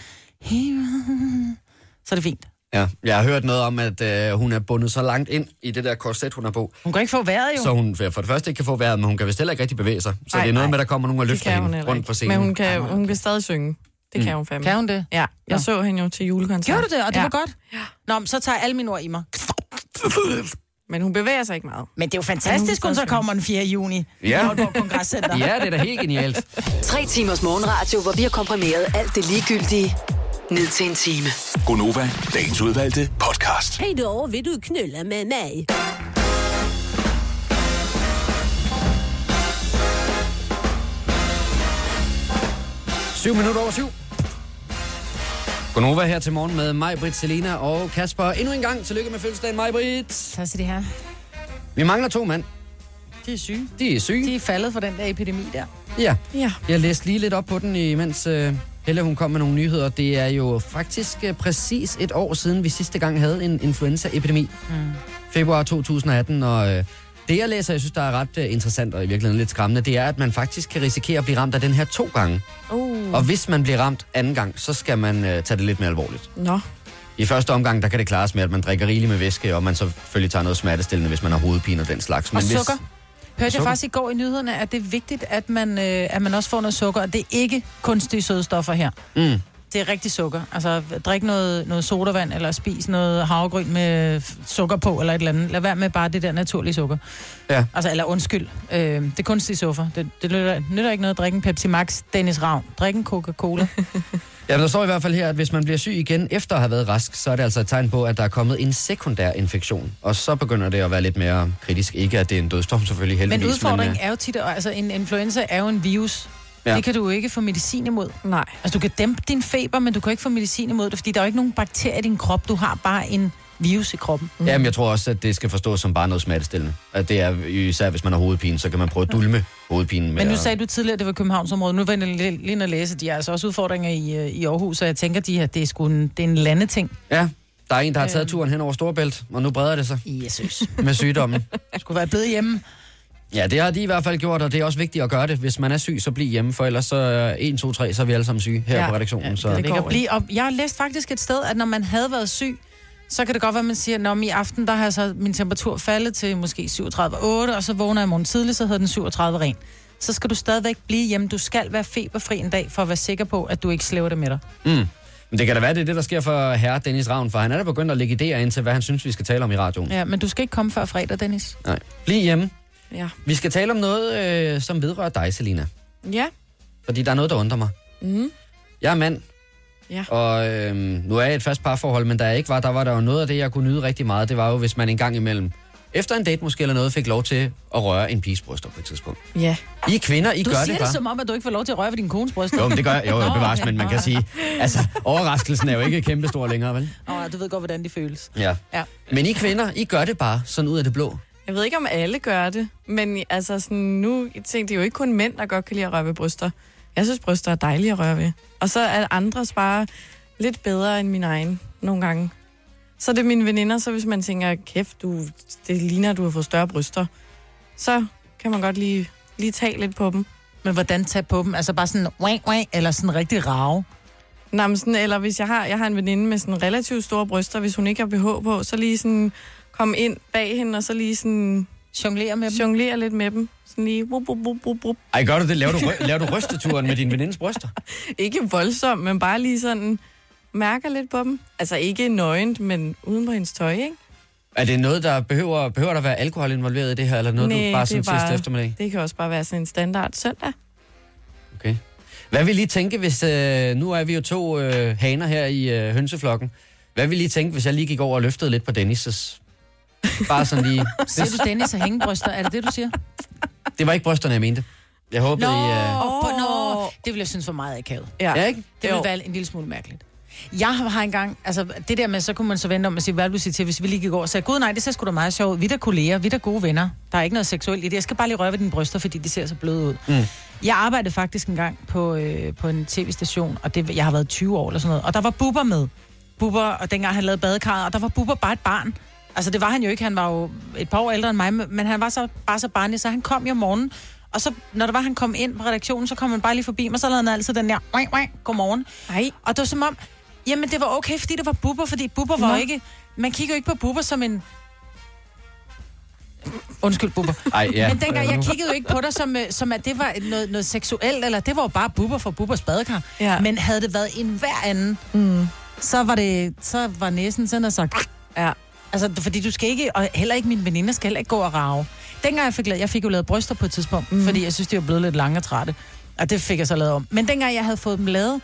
Speaker 2: så er det fint.
Speaker 1: Ja, jeg har hørt noget om, at øh, hun er bundet så langt ind i det der korset, hun er på.
Speaker 2: Hun kan ikke få vejret, jo.
Speaker 1: Så hun for det første ikke kan få vejret, men hun kan vist heller ikke rigtig bevæge sig. Så ej, det er noget ej. med, der kommer nogen og løfter hende rundt på scenen.
Speaker 3: Men hun kan, hun kan stadig synge. Det mm. kan hun fandme.
Speaker 2: Kan hun det?
Speaker 3: Ja, jeg ja. så hende jo til julekoncert.
Speaker 2: Gjorde du det, og det
Speaker 3: ja.
Speaker 2: var godt? Ja. Nå, så tager jeg alle mine ord i mig.
Speaker 3: Men hun bevæger sig ikke meget.
Speaker 2: Men det er jo fantastisk, hun så kommer den fjerde juni
Speaker 1: ja.
Speaker 2: i Aalborg Kongresscenter.
Speaker 1: Ja, det er da helt genialt.
Speaker 5: Tre timers morgenradio, hvor vi har komprimeret alt det ligegyldige ned til en time.
Speaker 6: Gunova, dagens udvalgte podcast.
Speaker 7: Hej då, vil du knulla med mig?
Speaker 1: Syv minutter over syv. Gunova her til morgen med Majbrit, Selena og Kasper. Endnu en gang tillykke med fødselsdagen, Majbrit.
Speaker 2: Tak skal de have.
Speaker 1: Vi mangler to mænd.
Speaker 2: De er syge.
Speaker 1: De er syge.
Speaker 2: De er faldet for den der epidemi der.
Speaker 1: Ja.
Speaker 3: ja.
Speaker 1: Jeg læste lige lidt op på den, imens uh, Helle hun kom med nogle nyheder. Det er jo faktisk uh, præcis et år siden, vi sidste gang havde en influenza-epidemi. Mm. Februar to tusind atten, og uh, det jeg læser, jeg synes, der er ret uh, interessant og i virkeligheden lidt skræmmende, det er, at man faktisk kan risikere at blive ramt af den her to gange. Uh. Og hvis man bliver ramt anden gang, så skal man uh, tage det lidt mere alvorligt.
Speaker 3: Nå.
Speaker 1: I første omgang, der kan det klares med, at man drikker rigeligt med væske, og man så selvfølgelig tager noget smertestillende, hvis man har hovedpine og den slags.
Speaker 2: Og
Speaker 1: Men
Speaker 2: sukker.
Speaker 1: Hvis...
Speaker 2: Hørte jeg faktisk i går i nyhederne, at det er vigtigt, at man, øh, at man også får noget sukker, og det er ikke kunstige sødestoffer her. Mm. Det er rigtig sukker. Altså, drik noget, noget sodavand, eller spis noget havregryn med sukker på, eller et eller andet. Lad være med bare det der naturlige sukker.
Speaker 1: Ja.
Speaker 2: Altså, eller undskyld. Øh, det er kunstige sukker. Det, det nytter, nytter ikke noget at drikke en Pepsi Max, Dennis Ravn. Drik en Coca-Cola.
Speaker 1: Ja, der står i hvert fald her, at hvis man bliver syg igen efter at have været rask, så er det altså et tegn på, at der er kommet en sekundær infektion. Og så begynder det at være lidt mere kritisk. Ikke at det er en dødsdom, selvfølgelig heldigvis.
Speaker 2: Men udfordringen men, er jo tit, altså en influenza er jo en virus. Ja. Det kan du jo ikke få medicin imod.
Speaker 3: Nej.
Speaker 2: Altså du kan dæmpe din feber, men du kan ikke få medicin imod det, fordi der er jo ikke nogen bakterier i din krop. Du har bare en virus i kroppen.
Speaker 1: Mm. Jamen, jeg tror også, at det skal forstås som bare noget smertestillende. At det er især, hvis man har hovedpine, så kan man prøve at dulme hovedpinen med.
Speaker 2: Men nu
Speaker 1: at... sagde
Speaker 2: du tidligere, at det var Københavnsområdet. Nu var jeg lige at læse, de har altså også udfordringer i, i Aarhus, så jeg tænker, de her, det er sgu en, det er en landeting.
Speaker 1: Ja, der er en, der har taget turen hen over Storebælt, og nu breder det sig.
Speaker 2: Jesus.
Speaker 1: Med sygdommen.
Speaker 2: Skulle være blevet hjemme.
Speaker 1: Ja, det har de i hvert fald gjort, og det er også vigtigt at gøre det. Hvis man er syg, så bliv hjemme, for ellers så en, to, tre, så er vi alle sammen syge her ja, på redaktionen. Ja, så.
Speaker 2: Det går blive op. Jeg har læst faktisk et sted, at når man havde været syg, så kan det godt være, at man siger, at i aften, der har så min temperatur faldet til måske syvogtredive komma otte, og så vågner jeg i morgen tidlig, så hedder den syvogtredive ren. Så skal du stadigvæk blive hjemme. Du skal være feberfri en dag, for at være sikker på, at du ikke slæver det med dig.
Speaker 1: Mm. Men det kan da være, det er det, der sker for herre Dennis Ravn, for han er da begyndt at lægge idéer ind til, hvad han synes, vi skal tale om i radioen.
Speaker 2: Ja, men du skal ikke komme før fredag, Dennis.
Speaker 1: Nej. Bliv hjemme.
Speaker 3: Ja.
Speaker 1: Vi skal tale om noget, øh, som vedrører dig, Selina.
Speaker 3: Ja.
Speaker 1: Fordi der er noget, der undrer mig.
Speaker 3: Mm.
Speaker 1: Jeg er mand,
Speaker 3: Ja.
Speaker 1: og øh, nu er jeg i et fast parforhold, men da jeg ikke var, der var der jo noget af det, jeg kunne nyde rigtig meget. Det var jo, hvis man en gang imellem, efter en date måske eller noget, fik lov til at røre en piges bryster på et tidspunkt.
Speaker 3: Ja.
Speaker 1: I kvinder, I
Speaker 2: Du
Speaker 1: gør
Speaker 2: siger
Speaker 1: det
Speaker 2: det
Speaker 1: bare.
Speaker 2: som om, at du ikke får lov til at røre ved din kones bryst.
Speaker 1: Jo, men det gør jeg. Jo, jo,
Speaker 2: Nå,
Speaker 1: bevares,
Speaker 2: okay.
Speaker 1: men man kan sige, altså, overraskelsen er jo ikke kæmpestor længere, vel?
Speaker 2: Åh, du ved godt, hvordan de føles.
Speaker 1: Ja.
Speaker 2: Ja.
Speaker 1: Men I kvinder, I gør det bare sådan ud af det blå.
Speaker 3: Jeg ved ikke, om alle gør det, men altså sådan, nu tænkte det er jo ikke kun mænd, der godt kan lide at røre ved bryster. Jeg synes, bryster er dejlige at røre ved. Og så er andres bare lidt bedre end min egen nogle gange. Så er det mine veninder, så hvis man tænker, kæft, du, det ligner, at du har fået større bryster, så kan man godt lige, lige tage lidt på dem.
Speaker 2: Men hvordan tage på dem? Altså bare sådan, wang, wang, eller sådan rigtig rave?
Speaker 3: Nå, men sådan, eller hvis jeg har, jeg har en veninde med sådan relativt store bryster, hvis hun ikke har B H på, så lige sådan komme ind bag hende, og så lige sådan
Speaker 2: Jonglere med dem?
Speaker 3: jonglere lidt med dem. Sådan lige, wup, wup, wup, wup, wup.
Speaker 1: Ej, gør du det? Laver du, ry- laver du rysteturen med din venindes bryster?
Speaker 3: Ikke voldsomt, men bare lige sådan mærker lidt på dem. Altså ikke nøgent, men uden på hendes tøj, ikke?
Speaker 1: Er det noget, der behøver, behøver der være alkohol involveret i det her, eller noget,
Speaker 3: Næh,
Speaker 1: du bare
Speaker 3: det
Speaker 1: sådan
Speaker 3: er bare-
Speaker 1: sidste eftermiddag?
Speaker 3: Det kan også bare være sådan en standard søndag.
Speaker 1: Okay. Hvad vil I tænke, hvis... Øh, nu er vi jo to øh, haner her i øh, hønseflokken. Hvad vil I tænke, hvis jeg lige gik over og løftede lidt på Dennis'? Bare sådan lige...
Speaker 2: Siger du Dennis og hængebryster? Er det det, du siger?
Speaker 1: Det var ikke brysterne, jeg mente. Jeg håbede,
Speaker 2: Nå,
Speaker 1: I... Øh...
Speaker 2: oh. nå, det vil jeg synes var meget akavet.
Speaker 1: Ja, ikke?
Speaker 2: Det
Speaker 3: Jo.
Speaker 2: ville være en lille smule mærkeligt. Jeg har engang, altså det der med, så kunne man så vente om at sige, hvad vil du sige til, hvis vi lige gik over og sagde, gud nej, det ser sgu da meget sjovt. Vi er da kolleger, vi er da gode venner. Der er ikke noget seksuelt i det. Jeg skal bare lige røre ved dine bryster, fordi de ser så bløde ud.
Speaker 1: Mm.
Speaker 2: Jeg arbejdede faktisk en gang på, øh, på en tv-station, og det, jeg har været tyve år eller sådan noget, og der var Bubber med. Bubber, og dengang han lavede badekarret, og der var Bubber bare et barn. Altså det var han jo ikke, han var jo et par år ældre end mig, men han var så bare så barnlig, så han kom jo om morgenen, og så, når der var, han kom ind på redaktionen, så kom han bare lige forbi mig, så lavede han altid den der, wang, wang, godmorgen.
Speaker 3: Nej.
Speaker 2: Og det var som om, jamen det var okay, fordi det var Bubber, fordi Bubber var
Speaker 3: Nå.
Speaker 2: ikke, man kigger jo ikke på Bubber som en... Undskyld, Bubber.
Speaker 1: Ej, ja.
Speaker 2: Men dengang, jeg kiggede jo ikke på dig, som, øh, som at det var noget, noget seksuelt, eller det var jo bare Bubber fra Bubbers badekar.
Speaker 3: Ja.
Speaker 2: Men havde det været en hver anden,
Speaker 3: Mm.
Speaker 2: så var det, så var næsen sådan og sagt,
Speaker 3: Ja.
Speaker 2: altså, fordi du skal ikke, og heller ikke mine veninder skal heller ikke gå og rave. Dengang jeg fik lavet, jeg fik jo lavet bryster på et tidspunkt, mm. fordi jeg synes, de var blevet lidt lange og trætte. Og det fik jeg så lavet om. Men dengang jeg havde fået dem lavet,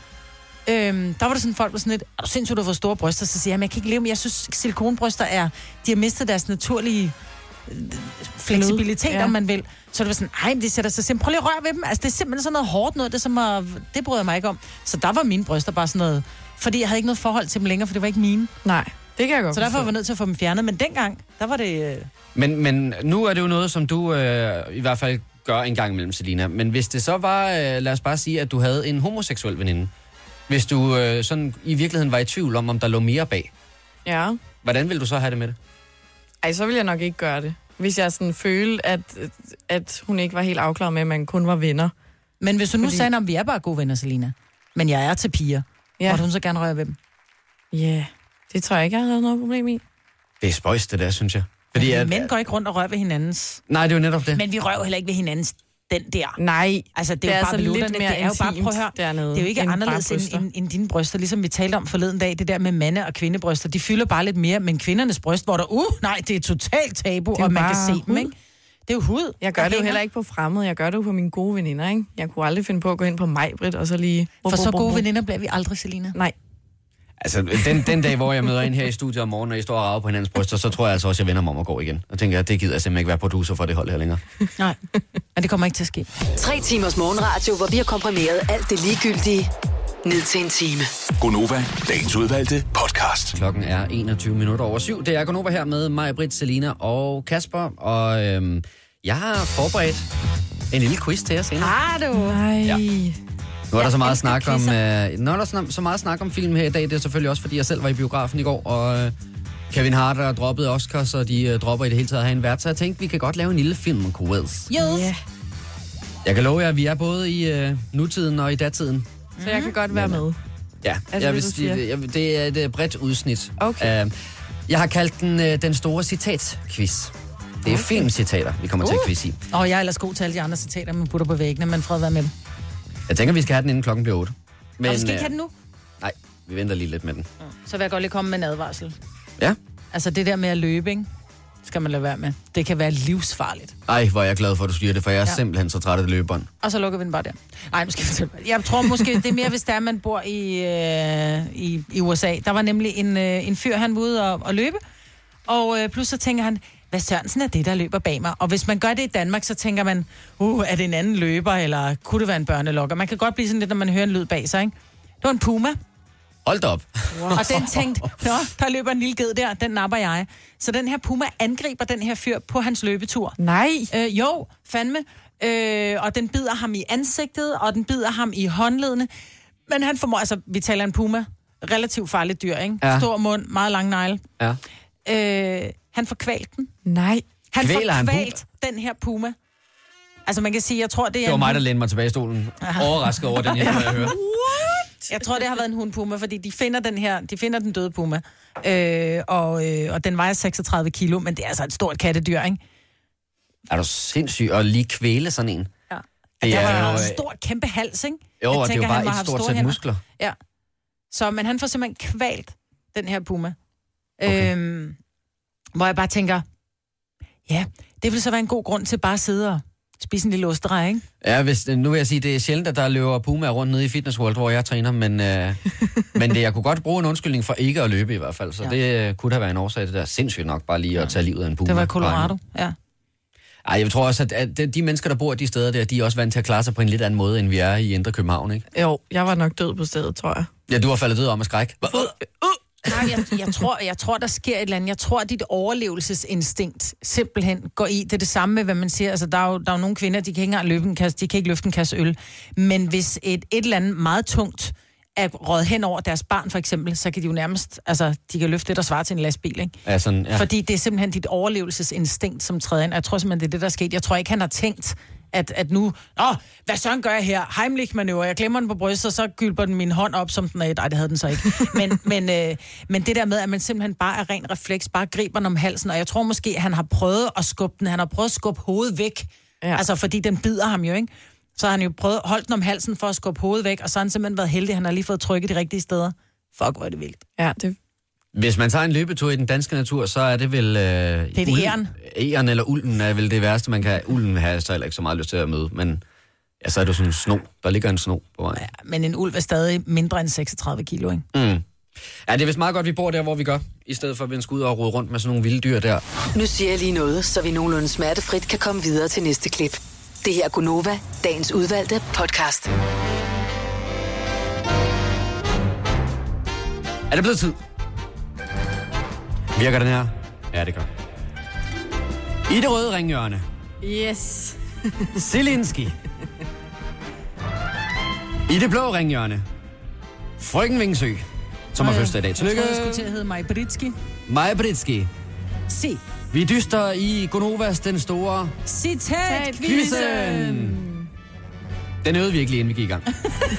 Speaker 2: øhm, der var der sådan folk, der var sådan lidt, er du sindssygt, du har fået store bryster? Så siger jeg, men jeg kan ikke leve med, jeg synes, silikonbryster er, de har mistet deres naturlige øh, fleksibilitet, ja.
Speaker 3: Ja.
Speaker 2: om man vil. Så det var sådan, ej, det sætter sig simpelthen, prøv lige at røre ved dem. Altså, det er simpelthen sådan noget hårdt noget, det, som at, det bryder jeg mig ikke om. Så der var mine bryster bare sådan noget, fordi jeg havde ikke noget forhold til dem længere, for det var ikke mine.
Speaker 3: Nej, det kan jeg godt
Speaker 2: Så derfor
Speaker 3: forstå.
Speaker 2: var jeg nødt til at få dem fjernet. Men dengang, der var det... Øh...
Speaker 1: Men, men nu er det jo noget, som du øh, i hvert fald gør en gang imellem, Selina. Men hvis det så var, øh, lad os bare sige, at du havde en homoseksuel veninde. Hvis du øh, sådan i virkeligheden var i tvivl om, om der lå mere bag.
Speaker 3: Ja.
Speaker 1: Hvordan ville du så have det med det?
Speaker 3: Ej, så ville jeg nok ikke gøre det. Hvis jeg sådan følte, at, at hun ikke var helt afklaret med, at man kun var venner.
Speaker 2: Men hvis du nu
Speaker 3: Fordi-
Speaker 2: sagde, om vi er bare gode venner, Selina, men jeg er til piger, ja.
Speaker 3: Ja.
Speaker 2: Måtte hun så gerne røre ved dem?
Speaker 3: Ja, yeah. Det tror jeg ikke, jeg havde noget problem i.
Speaker 1: Det er spøjs, det der, synes jeg. Fordi, at,
Speaker 2: Mænd går ikke rundt og rører ved hinandens.
Speaker 1: nej, det er jo netop det.
Speaker 2: Men vi rører jo heller ikke ved hinandens den der.
Speaker 3: Nej,
Speaker 2: Altså, det,
Speaker 3: det
Speaker 2: er
Speaker 3: er
Speaker 2: jo bare
Speaker 3: altså lidt
Speaker 2: belutterne.
Speaker 3: mere
Speaker 2: Det er jo bare, prøv at høre,
Speaker 3: intimt dernede,
Speaker 2: det er jo ikke
Speaker 3: end
Speaker 2: anderledes
Speaker 3: bare
Speaker 2: end,
Speaker 3: bryster.
Speaker 2: end, end dine bryster, ligesom vi talte om forleden dag, det der med mande- og kvindebryster, de fylder bare lidt mere, men kvindernes bryst, hvor der, uh, nej, det er totalt tabu,
Speaker 3: Det er
Speaker 2: og man
Speaker 3: bare
Speaker 2: kan se dem,
Speaker 3: hud.
Speaker 2: ikke? Det er jo hud.
Speaker 3: jeg gør
Speaker 2: der
Speaker 3: det jo
Speaker 2: hænger.
Speaker 3: heller ikke på fremmede. Jeg gør det jo på mine gode veninder, ikke? Jeg kunne aldrig finde på at gå hen på Majbrit og så lige...
Speaker 2: For så gode veninder bliver vi aldrig, Selina.
Speaker 3: Nej.
Speaker 1: Altså, den, den dag, hvor jeg møder ind her i studiet om morgenen, og I står og rager på hinandens bryster, så tror jeg altså også, jeg vender mig om og går igen. Og tænker, at det gider jeg simpelthen ikke være producer for det hold her længere.
Speaker 2: Nej, men det kommer ikke til at ske.
Speaker 5: Tre timers morgenradio, hvor vi har komprimeret alt det ligegyldige ned til en time.
Speaker 6: Gonova, dagens udvalgte podcast.
Speaker 1: Klokken er enogtyve minutter over syv. Det er Gonova her med mig, Britt, Selina og Kasper. Og øhm, jeg har forberedt en lille quiz til jer senere.
Speaker 2: Har du?
Speaker 3: Nej.
Speaker 1: Ja. Nu er der så meget
Speaker 2: elsker
Speaker 1: snak om,
Speaker 2: quizzer.
Speaker 1: øh, nu er der så, så meget snak om film her i dag. Det er selvfølgelig også, fordi jeg selv var i biografen i går, og øh, Kevin Hart er droppet Oscars, og de øh, dropper i det hele taget at have en vært. Så jeg tænkte, vi kan godt lave en lille film-quiz.
Speaker 2: Yes.
Speaker 3: Ja.
Speaker 1: Jeg kan love jer, at vi er både i øh, nutiden og i datiden.
Speaker 3: Så jeg kan godt være med.
Speaker 1: Ja,
Speaker 3: det
Speaker 1: jeg
Speaker 3: det,
Speaker 1: vil
Speaker 3: du
Speaker 1: sige,
Speaker 3: siger?
Speaker 1: det, jeg, det er et øh, bredt udsnit.
Speaker 3: Okay.
Speaker 1: Uh, jeg har kaldt den øh, den store citatquiz. Det er okay. filmcitater, vi kommer til at quiz i.
Speaker 2: Og jeg er ellers god til alle de andre citater, man putter på væggene, men fred være med dem.
Speaker 1: Jeg tænker, vi skal have den, inden klokken bliver otte. Men,
Speaker 2: Og vi skal ikke
Speaker 1: øh,
Speaker 2: have den nu?
Speaker 1: Nej, vi venter lige lidt med den.
Speaker 2: Så vil jeg godt lige komme med en advarsel.
Speaker 1: Ja?
Speaker 2: Altså det der med at løbe, ikke? Skal man lade være med. Det kan være livsfarligt.
Speaker 1: Ej, hvor er jeg glad for, at du siger det, for jeg er ja. simpelthen så træt af det løbebånd.
Speaker 2: Og så lukker vi den bare der. Nej, nu skal vi fortælle. Jeg tror måske, det er mere, hvis der er, man bor i, øh, i, i U S A. Der var nemlig en, øh, en fyr, han var ude og, og løbe. Og øh, pludselig så tænker han, hvad Sørensen er det, der løber bag mig? Og hvis man gør det i Danmark, så tænker man, uh, er det en anden løber, eller kunne det være en børnelokker? Man kan godt blive sådan lidt, når man hører en lyd bag sig, ikke? Det var en puma.
Speaker 1: Hold da op.
Speaker 2: Wow. Og den tænkte, nå, der løber en lille ged der, den napper jeg. Så den her puma angriber den her fyr på hans løbetur.
Speaker 3: Nej.
Speaker 2: Øh, jo, fandme. Øh, og den bider ham i ansigtet, og den bider ham i håndledene. Men han formår, altså, vi taler en puma. Relativt farligt dyr, ikke?
Speaker 1: Ja.
Speaker 2: Stor mund, meget lang negle.
Speaker 1: Ja.
Speaker 2: Øh, han får kvalt den.
Speaker 3: Nej.
Speaker 2: Han
Speaker 1: Kvæler
Speaker 2: får
Speaker 1: han
Speaker 2: kvalt den her puma. Altså, man kan sige, jeg tror, det er...
Speaker 1: Det var
Speaker 2: en
Speaker 1: mig,
Speaker 2: hund.
Speaker 1: der lænede mig tilbage i stolen. Overrasket over den her, jeg hører.
Speaker 2: Jeg tror, det har været en hundpuma, fordi de finder den her, de finder den døde puma, øh, og, øh, og den vejer seksogtredive kilo, men det er altså et stort kattedyr, ikke?
Speaker 1: Er du sindssyg at lige kvæle sådan en?
Speaker 2: Ja.
Speaker 1: Det
Speaker 2: Der
Speaker 1: er
Speaker 2: var
Speaker 1: jo,
Speaker 2: en
Speaker 1: øh,
Speaker 2: stor, kæmpe hals, ikke?
Speaker 1: Jo,
Speaker 2: Jeg
Speaker 1: og det er
Speaker 2: tænker,
Speaker 1: jo
Speaker 2: han må
Speaker 1: bare
Speaker 2: have
Speaker 1: et stort
Speaker 2: store
Speaker 1: sæt
Speaker 2: hænder.
Speaker 1: muskler.
Speaker 2: Ja. Så, men han får simpelthen kvalt den her puma. Okay. Øhm, hvor jeg bare tænker, ja, det vil så være en god grund til bare at sidde og spise en lille osterej, ikke?
Speaker 1: Ja, hvis, nu vil jeg sige, det er sjældent, at der løber Puma rundt nede i Fitness World, hvor jeg træner, men, øh, men det, jeg kunne godt bruge en undskyldning for ikke at løbe i hvert fald, så ja. det øh, kunne da være en årsag til det der. Sindssygt nok bare lige at tage livet af en Puma.
Speaker 2: Det var i Colorado, ja.
Speaker 1: Ej, jeg tror også, at, at de mennesker, der bor de steder der, de er også vant til at klare sig på en lidt anden måde, end vi er i Indre København, ikke?
Speaker 3: Jo, jeg var nok død på stedet, tror jeg.
Speaker 1: Ja, du har faldet død om af skræk.
Speaker 2: Nej, jeg, jeg, tror, jeg tror, der sker et eller andet. Jeg tror, at dit overlevelsesinstinkt simpelthen går i. Det er det samme med, hvad man siger. Altså, der er jo, der er jo nogle kvinder, de kan ikke engang løbe en kasse, de kan ikke løfte en kasse øl. Men hvis et, et eller andet meget tungt er røget hen over deres barn, for eksempel, så kan de jo nærmest, altså, de kan løfte det, der svarer til en lastbil, ikke?
Speaker 1: Ja, sådan, ja.
Speaker 2: Fordi det er simpelthen dit overlevelsesinstinkt, som træder ind. Jeg tror simpelthen, det er det, der er sket. Jeg tror ikke, han har tænkt, at, at nu, åh, hvad sådan gør jeg her? Heimlich manøvre, jeg glemmer den på brystet, og så gylper den min hånd op, som den er. Nej, det havde den så ikke. Men, men, øh, men det der med, at man simpelthen bare er ren refleks, bare griber den om halsen, og jeg tror måske, at han har prøvet at skubbe den, han har prøvet at skubbe hovedet væk, ja. Altså fordi den bider ham jo, ikke? Så har han jo prøvet at holde den om halsen for at skubbe hovedet væk, og så har han simpelthen været heldig, han har lige fået trykket de rigtige steder. Fuck, hvor er det vildt.
Speaker 3: Ja, det...
Speaker 1: Hvis man tager en løbetur i den danske natur, så er det vel... Øh,
Speaker 2: det er det æren.
Speaker 1: Æren eller ulden er vel det værste, man kan... Ulden har jeg så heller ikke så meget lyst til at møde, men ja, så er det sådan en sno. Der ligger en sno på vejen.
Speaker 2: Ja, men en ulv er stadig mindre end seksogtredive kilo, ikke?
Speaker 1: Mm. Ja, det er vist meget godt, vi bor der, hvor vi gør, i stedet for at vi skal ud og rode rundt med sådan nogle vilde dyr der.
Speaker 5: Nu siger jeg lige noget, så vi nogenlunde smertefrit kan komme videre til næste klip. Det her er Gunova, dagens udvalgte podcast.
Speaker 1: Er det blevet tid? Virker den her? Ja, det gør. I det røde ringhjørne.
Speaker 3: Yes.
Speaker 1: Zelensky. I det blå ringhjørne. Frøken Vingsø, som har fødselsdag i dag. Tillykke.
Speaker 2: Jeg tror, jeg skulle til at hedde Maja Britski.
Speaker 1: Maja Britski.
Speaker 2: Se.
Speaker 1: Vi dyster i Gonovas den store...
Speaker 2: Citat-quizzen.
Speaker 1: Den øvede vi ikke lige, inden vi gik i gang.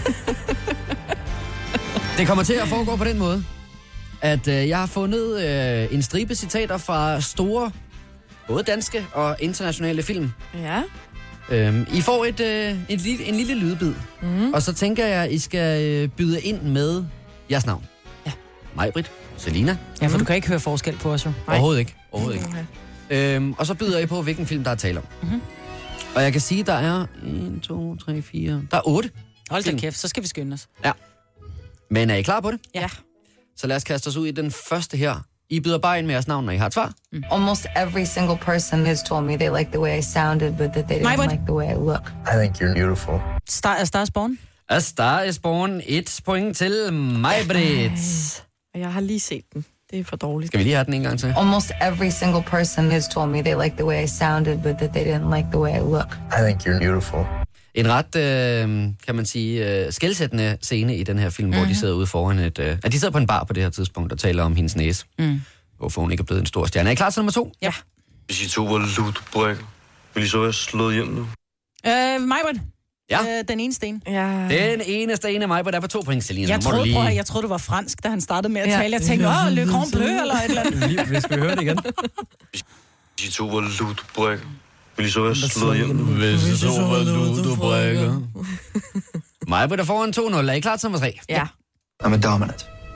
Speaker 1: Det kommer til at foregå på den måde, at øh, jeg har fundet øh, en stribe citater fra store, både danske og internationale film.
Speaker 3: Ja.
Speaker 1: Øhm, I får et, øh, et lille, en lille lydbid, mm. og så tænker jeg, at I skal øh, byde ind med jeres navn.
Speaker 2: Ja.
Speaker 1: Maj-Brit, Selina.
Speaker 2: Ja, for mm. du kan ikke høre forskel på os jo.
Speaker 1: Overhovedet ikke. Overhovedet ikke. Øhm, og så byder I på, hvilken film der er tale om. Mm-hmm. Og jeg kan sige, der er en, to, tre, fire... Der er otte.
Speaker 2: Hold da kæft, så skal vi skynde os.
Speaker 1: Ja. Men er I klar på det?
Speaker 2: Ja.
Speaker 1: Så lad os kaste os ud i den første her. I byder bare ind med jeres navn, når I har et svar.
Speaker 8: Mm. Almost every single person has told me they like the way I sounded, but that they didn't
Speaker 2: My
Speaker 8: like the way I look.
Speaker 9: I think you're beautiful.
Speaker 2: Star, er Star is Born?
Speaker 1: A Star is Born. Et point til Maj-Brit.
Speaker 3: Jeg har lige set den. Det er for dårligt.
Speaker 1: Skal vi lige have den en gang til?
Speaker 8: Almost every single person has told me they like the way I sounded, but that they didn't like the way I look.
Speaker 9: I think you're beautiful.
Speaker 1: En ret, øh, kan man sige, øh, skelsættende scene i den her film, mm-hmm. hvor de sidder ude foran et... Øh, at de sidder på en bar på det her tidspunkt og taler om hendes næse. Mm. Hvorfor hun ikke er blevet en stor stjerne. Er I klar til nummer to?
Speaker 2: Ja.
Speaker 10: Hvis I to var lutebrækker, ville I så være slået hjem nu?
Speaker 2: Øh, Majbert.
Speaker 1: Ja.
Speaker 2: Øh, den ene sten.
Speaker 3: Ja.
Speaker 1: Den eneste ene af mig, hvor der er på to point, Selina.
Speaker 2: Jeg troede, lige... jeg troede, det var fransk, da han startede med at tale. Jeg tænkte, åh, Le Grand Bleu, eller et eller andet.
Speaker 1: Lige, vi skal høre det igen.
Speaker 10: Hvis I to var lutebrækker, ville I så være slået hjem nu?
Speaker 1: Hvis I to var lutebrækker. Mig, hvor der får en to nul. Er I klar til nummer tre?
Speaker 3: Ja.
Speaker 9: I'm a dominant.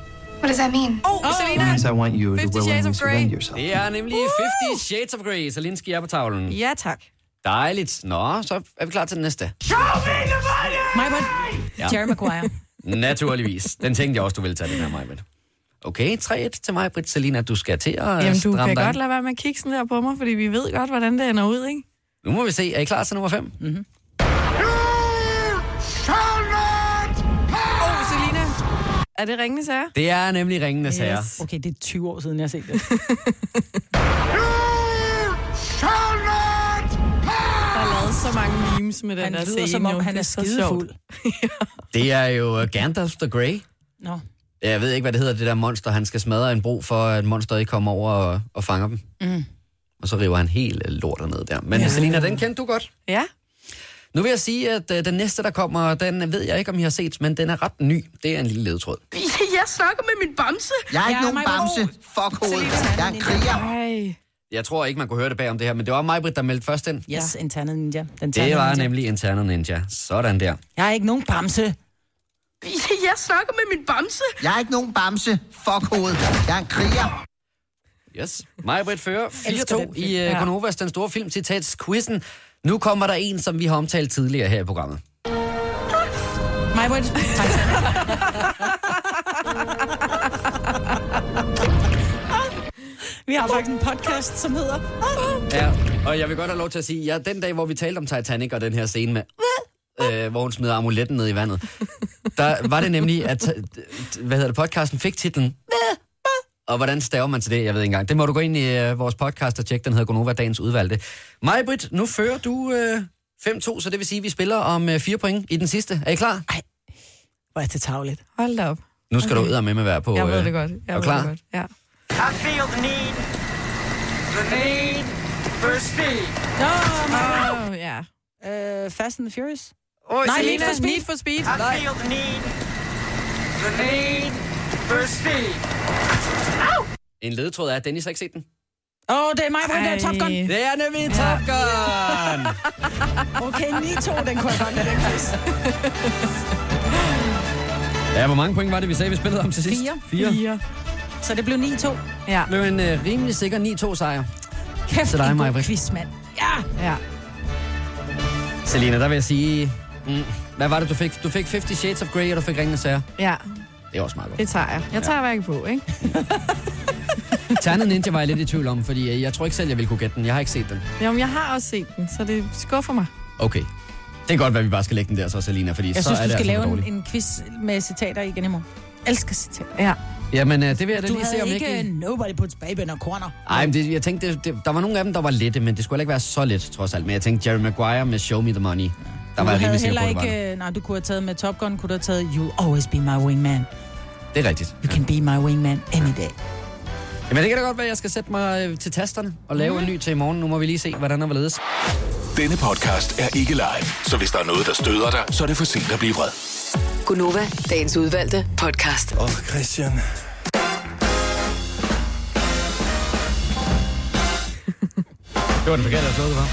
Speaker 8: does that mean?
Speaker 3: Oh, oh Selina!
Speaker 9: Means I want you to
Speaker 3: Fifty Shades
Speaker 9: willingly
Speaker 3: of Grey.
Speaker 9: surrender yourself.
Speaker 1: Det er nemlig Fifty Shades of Grey. Celine skal på tavlen.
Speaker 3: Ja, tak.
Speaker 1: Dejligt. Nå, så er vi klar til den næste.
Speaker 2: My ja. Jerry Maguire.
Speaker 1: Naturligvis. Den tænkte jeg også, du ville tage, den her, Majbrit. Okay, tre et til mig, Britt. Selina, du skal til at
Speaker 3: Jamen, du kan
Speaker 1: dig.
Speaker 3: godt lade være med at kigge sådan der på mig, fordi vi ved godt, hvordan det ender ud, ikke?
Speaker 1: Nu må vi se. Er I klar til nummer fem?
Speaker 2: Mm-hmm.
Speaker 3: Åh, oh, Selina. Er det Ringenes Herre?
Speaker 1: Det er nemlig Ringenes Herre.
Speaker 2: Yes. Okay, det er tyve år siden, jeg har set det.
Speaker 3: Der er lavet så mange memes med den
Speaker 2: han
Speaker 3: der
Speaker 2: lyder,
Speaker 3: scene.
Speaker 2: som om
Speaker 3: jo.
Speaker 2: han er skidefuld.
Speaker 1: Det er jo Gandalf the Grey.
Speaker 2: Nå. No.
Speaker 1: Jeg ved ikke, hvad det hedder, det der monster. Han skal smadre en bro, for at monsteret ikke kommer over og, og fanger dem.
Speaker 2: Mm.
Speaker 1: Og så river han helt lortet ned der. Men ja. Selina, den kendte du godt.
Speaker 3: Ja.
Speaker 1: Nu vil jeg sige, at uh, den næste, der kommer, den ved jeg ikke, om I har set, men den er ret ny. Det er en lille ledetråd.
Speaker 11: Jeg snakker med min bamse.
Speaker 12: Jeg er ikke
Speaker 2: Ja,
Speaker 12: nogen bamse. Fuck hovedet. Jeg er en kriger.
Speaker 3: Ej.
Speaker 1: Jeg tror ikke, man kunne høre det bag om det her, men det var Majbrit, der meldte først ind.
Speaker 2: Yes, ja. Internet Ninja. Den
Speaker 1: Det var
Speaker 2: ninja.
Speaker 1: nemlig Internet Ninja. Sådan der.
Speaker 2: Jeg er ikke nogen bamse.
Speaker 11: Jeg snakker med min bamse.
Speaker 12: Jeg er ikke nogen bamse. Fuck hovedet. Jeg er en kriger.
Speaker 1: Yes. Majbrit fører fire
Speaker 2: Elsker
Speaker 1: to
Speaker 2: den film.
Speaker 1: i uh,
Speaker 2: Ja.
Speaker 1: Gonovas Den Store Filmcitats-quizzen. Nu kommer der en, som vi har omtalt tidligere her i programmet.
Speaker 2: Majbrit. Tak. Vi har faktisk en podcast, som hedder...
Speaker 1: Ja, og jeg vil godt have lov til at sige, ja, den dag, hvor vi talte om Titanic og den her scene med, øh, hvor hun smider amuletten ned i vandet, der var det nemlig, at hvad hedder det, podcasten fik titlen. Og hvordan staver man til det? Jeg ved ikke engang. Det må du gå ind i uh, vores podcast og tjekke. Den hedder Gonova Dagens Udvalgte. Majbrit, nu fører du uh, fem to, så det vil sige, at vi spiller om uh, fire point i den sidste. Er I klar?
Speaker 2: Ej, hvor er det tavligt.
Speaker 3: Hold da op.
Speaker 1: Nu skal okay. du ud og med med være på.
Speaker 3: Jeg ved
Speaker 1: uh,
Speaker 3: det godt. Jeg
Speaker 1: er
Speaker 3: ved
Speaker 1: klar?
Speaker 3: det godt. Ja.
Speaker 11: I feel the need. The need for speed.
Speaker 2: Åh,
Speaker 3: Oh, ja.
Speaker 2: uh, Fast and the Furious?
Speaker 3: Oh,
Speaker 2: Nej,
Speaker 3: Selina,
Speaker 2: Need for Speed.
Speaker 3: Need for Speed.
Speaker 11: I feel the need. The need for speed.
Speaker 1: En ledetråd er, at Dennis har ikke set den.
Speaker 2: Åh, oh, det er mig, hvor det er Top Gun.
Speaker 1: Det er nemlig Top Gun!
Speaker 2: Okay, ni to, den kunne jeg godt lade den quiz.
Speaker 1: Ja, hvor mange point var det, vi sagde, vi spillede om til sidst?
Speaker 2: Fire.
Speaker 1: Fire.
Speaker 2: Fire. Så det blev ni to.
Speaker 3: Ja.
Speaker 1: Det blev en uh, rimelig sikker ni to sejr.
Speaker 2: Kæft,
Speaker 1: til dig,
Speaker 2: en god
Speaker 1: Majbrit.
Speaker 2: quiz, mand. Ja.
Speaker 3: Ja.
Speaker 1: Selina, der vil jeg sige... Mm, hvad var det, du fik? Du fik Fifty Shades of Grey, og du fik Ringenes Herre.
Speaker 3: Ja,
Speaker 1: Det er også meget godt.
Speaker 3: det tager jeg. Jeg tager ja. på, ikke?
Speaker 1: Ternet Ninja var jeg lidt i tvivl om, fordi jeg tror ikke selv, jeg ville kunne gætte den. Jeg har ikke set den.
Speaker 3: Jamen, jeg har også set den, så det skuffer mig.
Speaker 1: Okay. Det kan godt være, at vi bare skal lægge den der så, Selina, fordi
Speaker 2: Jeg
Speaker 1: så
Speaker 2: synes,
Speaker 1: er
Speaker 2: du
Speaker 1: det
Speaker 2: skal
Speaker 1: altså
Speaker 2: lave
Speaker 1: dårligt.
Speaker 2: en, en quiz med citater igen i morgen. Elsker citater.
Speaker 3: Ja.
Speaker 1: Jamen, uh, det vil jeg da
Speaker 2: Du
Speaker 1: lige se,
Speaker 2: havde
Speaker 1: om jeg
Speaker 2: ikke
Speaker 1: ikke...
Speaker 2: Nobody Puts Baby in a Corner.
Speaker 1: Ej, men det, jeg tænkte, det, det, der var nogle af dem, der var lette, men det skulle heller ikke være så let, trods alt. Men jeg tænkte, Jerry Maguire med Show Me the Money. Der
Speaker 2: Du
Speaker 1: var jeg
Speaker 2: havde
Speaker 1: rimelig sikker
Speaker 2: heller
Speaker 1: på, det var
Speaker 2: ikke... Nej, du kunne have taget med Top Gun, kunne du have taget You'll Always Be My Wingman.
Speaker 1: det er rigtigt.
Speaker 2: You can be my wingman any day.
Speaker 1: Jamen, det kan da godt være, at jeg skal sætte mig øh, til tasterne og lave mm. en ny til i morgen. Nu må vi lige se, hvordan der vil ledes.
Speaker 6: Denne podcast er ikke live, så hvis der er noget, der støder dig, så er det for sent at blive vred.
Speaker 5: Gonova, dagens udvalgte podcast.
Speaker 10: Åh, oh, Christian.
Speaker 1: Det var det forkerte, jeg slået, var.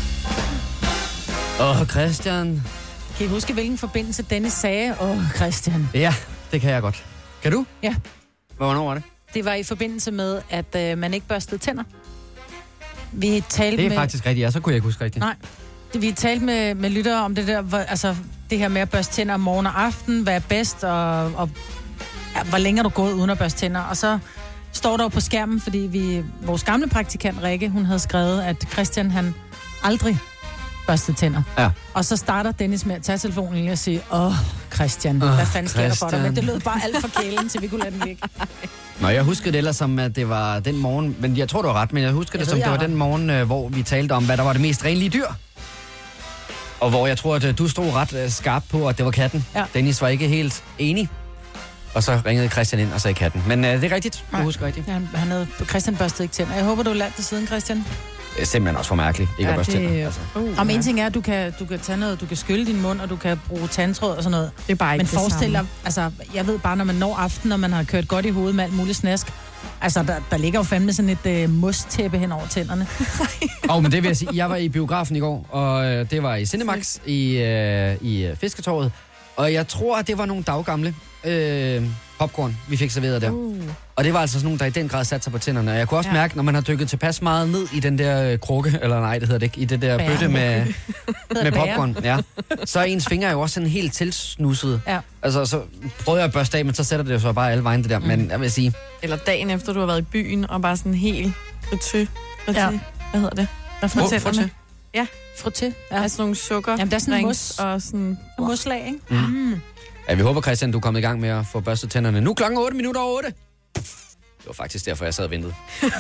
Speaker 1: Åh, oh, Christian.
Speaker 2: Kan I huske, hvilken forbindelse Dennis sagde? Åh, oh, Christian.
Speaker 1: Ja, det kan jeg godt. Kan du?
Speaker 2: Ja.
Speaker 1: Hvornår var det?
Speaker 2: Det var i forbindelse med, at øh, man ikke børstede tænder. Vi talte
Speaker 1: Det er
Speaker 2: med...
Speaker 1: faktisk rigtigt, ja. Så kunne jeg ikke huske rigtigt.
Speaker 2: Nej. Det, vi talte med, med lyttere om det der, hvor, altså det her med at børste tænder om morgen og aften, hvad er bedst, og, og ja, hvor længe er du gået uden at børste tænder. Og så står der jo på skærmen, fordi vi, vores gamle praktikant Rikke, hun havde skrevet, at Christian han aldrig børstede tænder.
Speaker 1: Ja.
Speaker 2: Og så starter Dennis med at tage telefonen lige og sige, åh, Christian,
Speaker 1: Åh,
Speaker 2: hvad fanden sker der for dig?
Speaker 1: Christian.
Speaker 2: Men det lød bare alt for kælen, til vi kunne lade den ligge.
Speaker 1: Nå, jeg husker det ellers som, at det var den morgen, men jeg tror, du har ret, men jeg husker
Speaker 2: Jeg
Speaker 1: det
Speaker 2: ved,
Speaker 1: som, det
Speaker 2: jeg
Speaker 1: var
Speaker 2: har
Speaker 1: den morgen, øh, hvor vi talte om, hvad der var det mest renlige dyr. Og hvor jeg tror, at øh, du stod ret øh, skarp på, at det var katten.
Speaker 2: Ja.
Speaker 1: Dennis var ikke helt enig. Og så ringede Christian ind og sagde katten. Men øh, det er rigtigt, du
Speaker 2: Nej.
Speaker 1: husker rigtigt.
Speaker 2: Ja, han, han havde, Christian børstede ikke tænder. Jeg håber, du har lært det siden, Christian.
Speaker 1: Det er simpelthen også for mærkeligt, ikke
Speaker 3: Ja,
Speaker 1: at børste
Speaker 3: det-
Speaker 1: tænder. Altså.
Speaker 3: Uh,
Speaker 2: Om en ting er, at du kan, du kan tage noget, du kan skylle din mund, og du kan bruge tandtråd og sådan noget.
Speaker 3: Det er bare ikke
Speaker 2: Men
Speaker 3: det
Speaker 2: forestil dig,
Speaker 3: samme.
Speaker 2: altså, jeg ved bare, når man når aften, og man har kørt godt i hovedet med alt muligt snask, altså, der, der ligger jo fandme sådan et øh, mustæppe hen over tænderne.
Speaker 1: Og men det vil jeg sige, jeg var i biografen i går, og øh, det var i Cinemax i, øh, i øh, Fisketorvet. Og jeg tror, at det var nogle daggamle øh, popcorn, vi fik serveret der.
Speaker 3: Uh.
Speaker 1: Og det var altså sådan nogle, der i den grad satte sig på tænderne. Og jeg kunne også
Speaker 3: Ja.
Speaker 1: mærke, når man har dykket tilpas meget ned i den der øh, krukke, eller nej, det hedder det ikke, i det der
Speaker 2: Bære.
Speaker 1: bøtte med, med
Speaker 2: bære.
Speaker 1: popcorn, ja, så er ens fingre jo også sådan helt tilsnusset.
Speaker 2: Ja.
Speaker 1: Altså, så prøvede jeg at børste af, men så sætter det jo så bare alle vejen det der. Mm. Men jeg vil sige,
Speaker 3: Eller dagen efter, du har været i byen, og bare sådan helt fritø. Fritø.
Speaker 2: Ja.
Speaker 3: Hvad hedder det?
Speaker 2: Hvad
Speaker 1: Fru-
Speaker 3: Tænderne.
Speaker 1: fritø.
Speaker 3: Ja,
Speaker 2: Frotté. Ja.
Speaker 3: altså nogle sukker.
Speaker 2: Jamen, der er sådan en
Speaker 3: drinks
Speaker 2: mus.
Speaker 3: og sådan...
Speaker 2: Muslag, ikke?
Speaker 1: Mm.
Speaker 2: Mm.
Speaker 1: ja, vi håber, Christian, du er kommet i gang med at få børstet tænderne. Nu klokken otte minutter over otte. Det var faktisk derfor, jeg sad og ventede.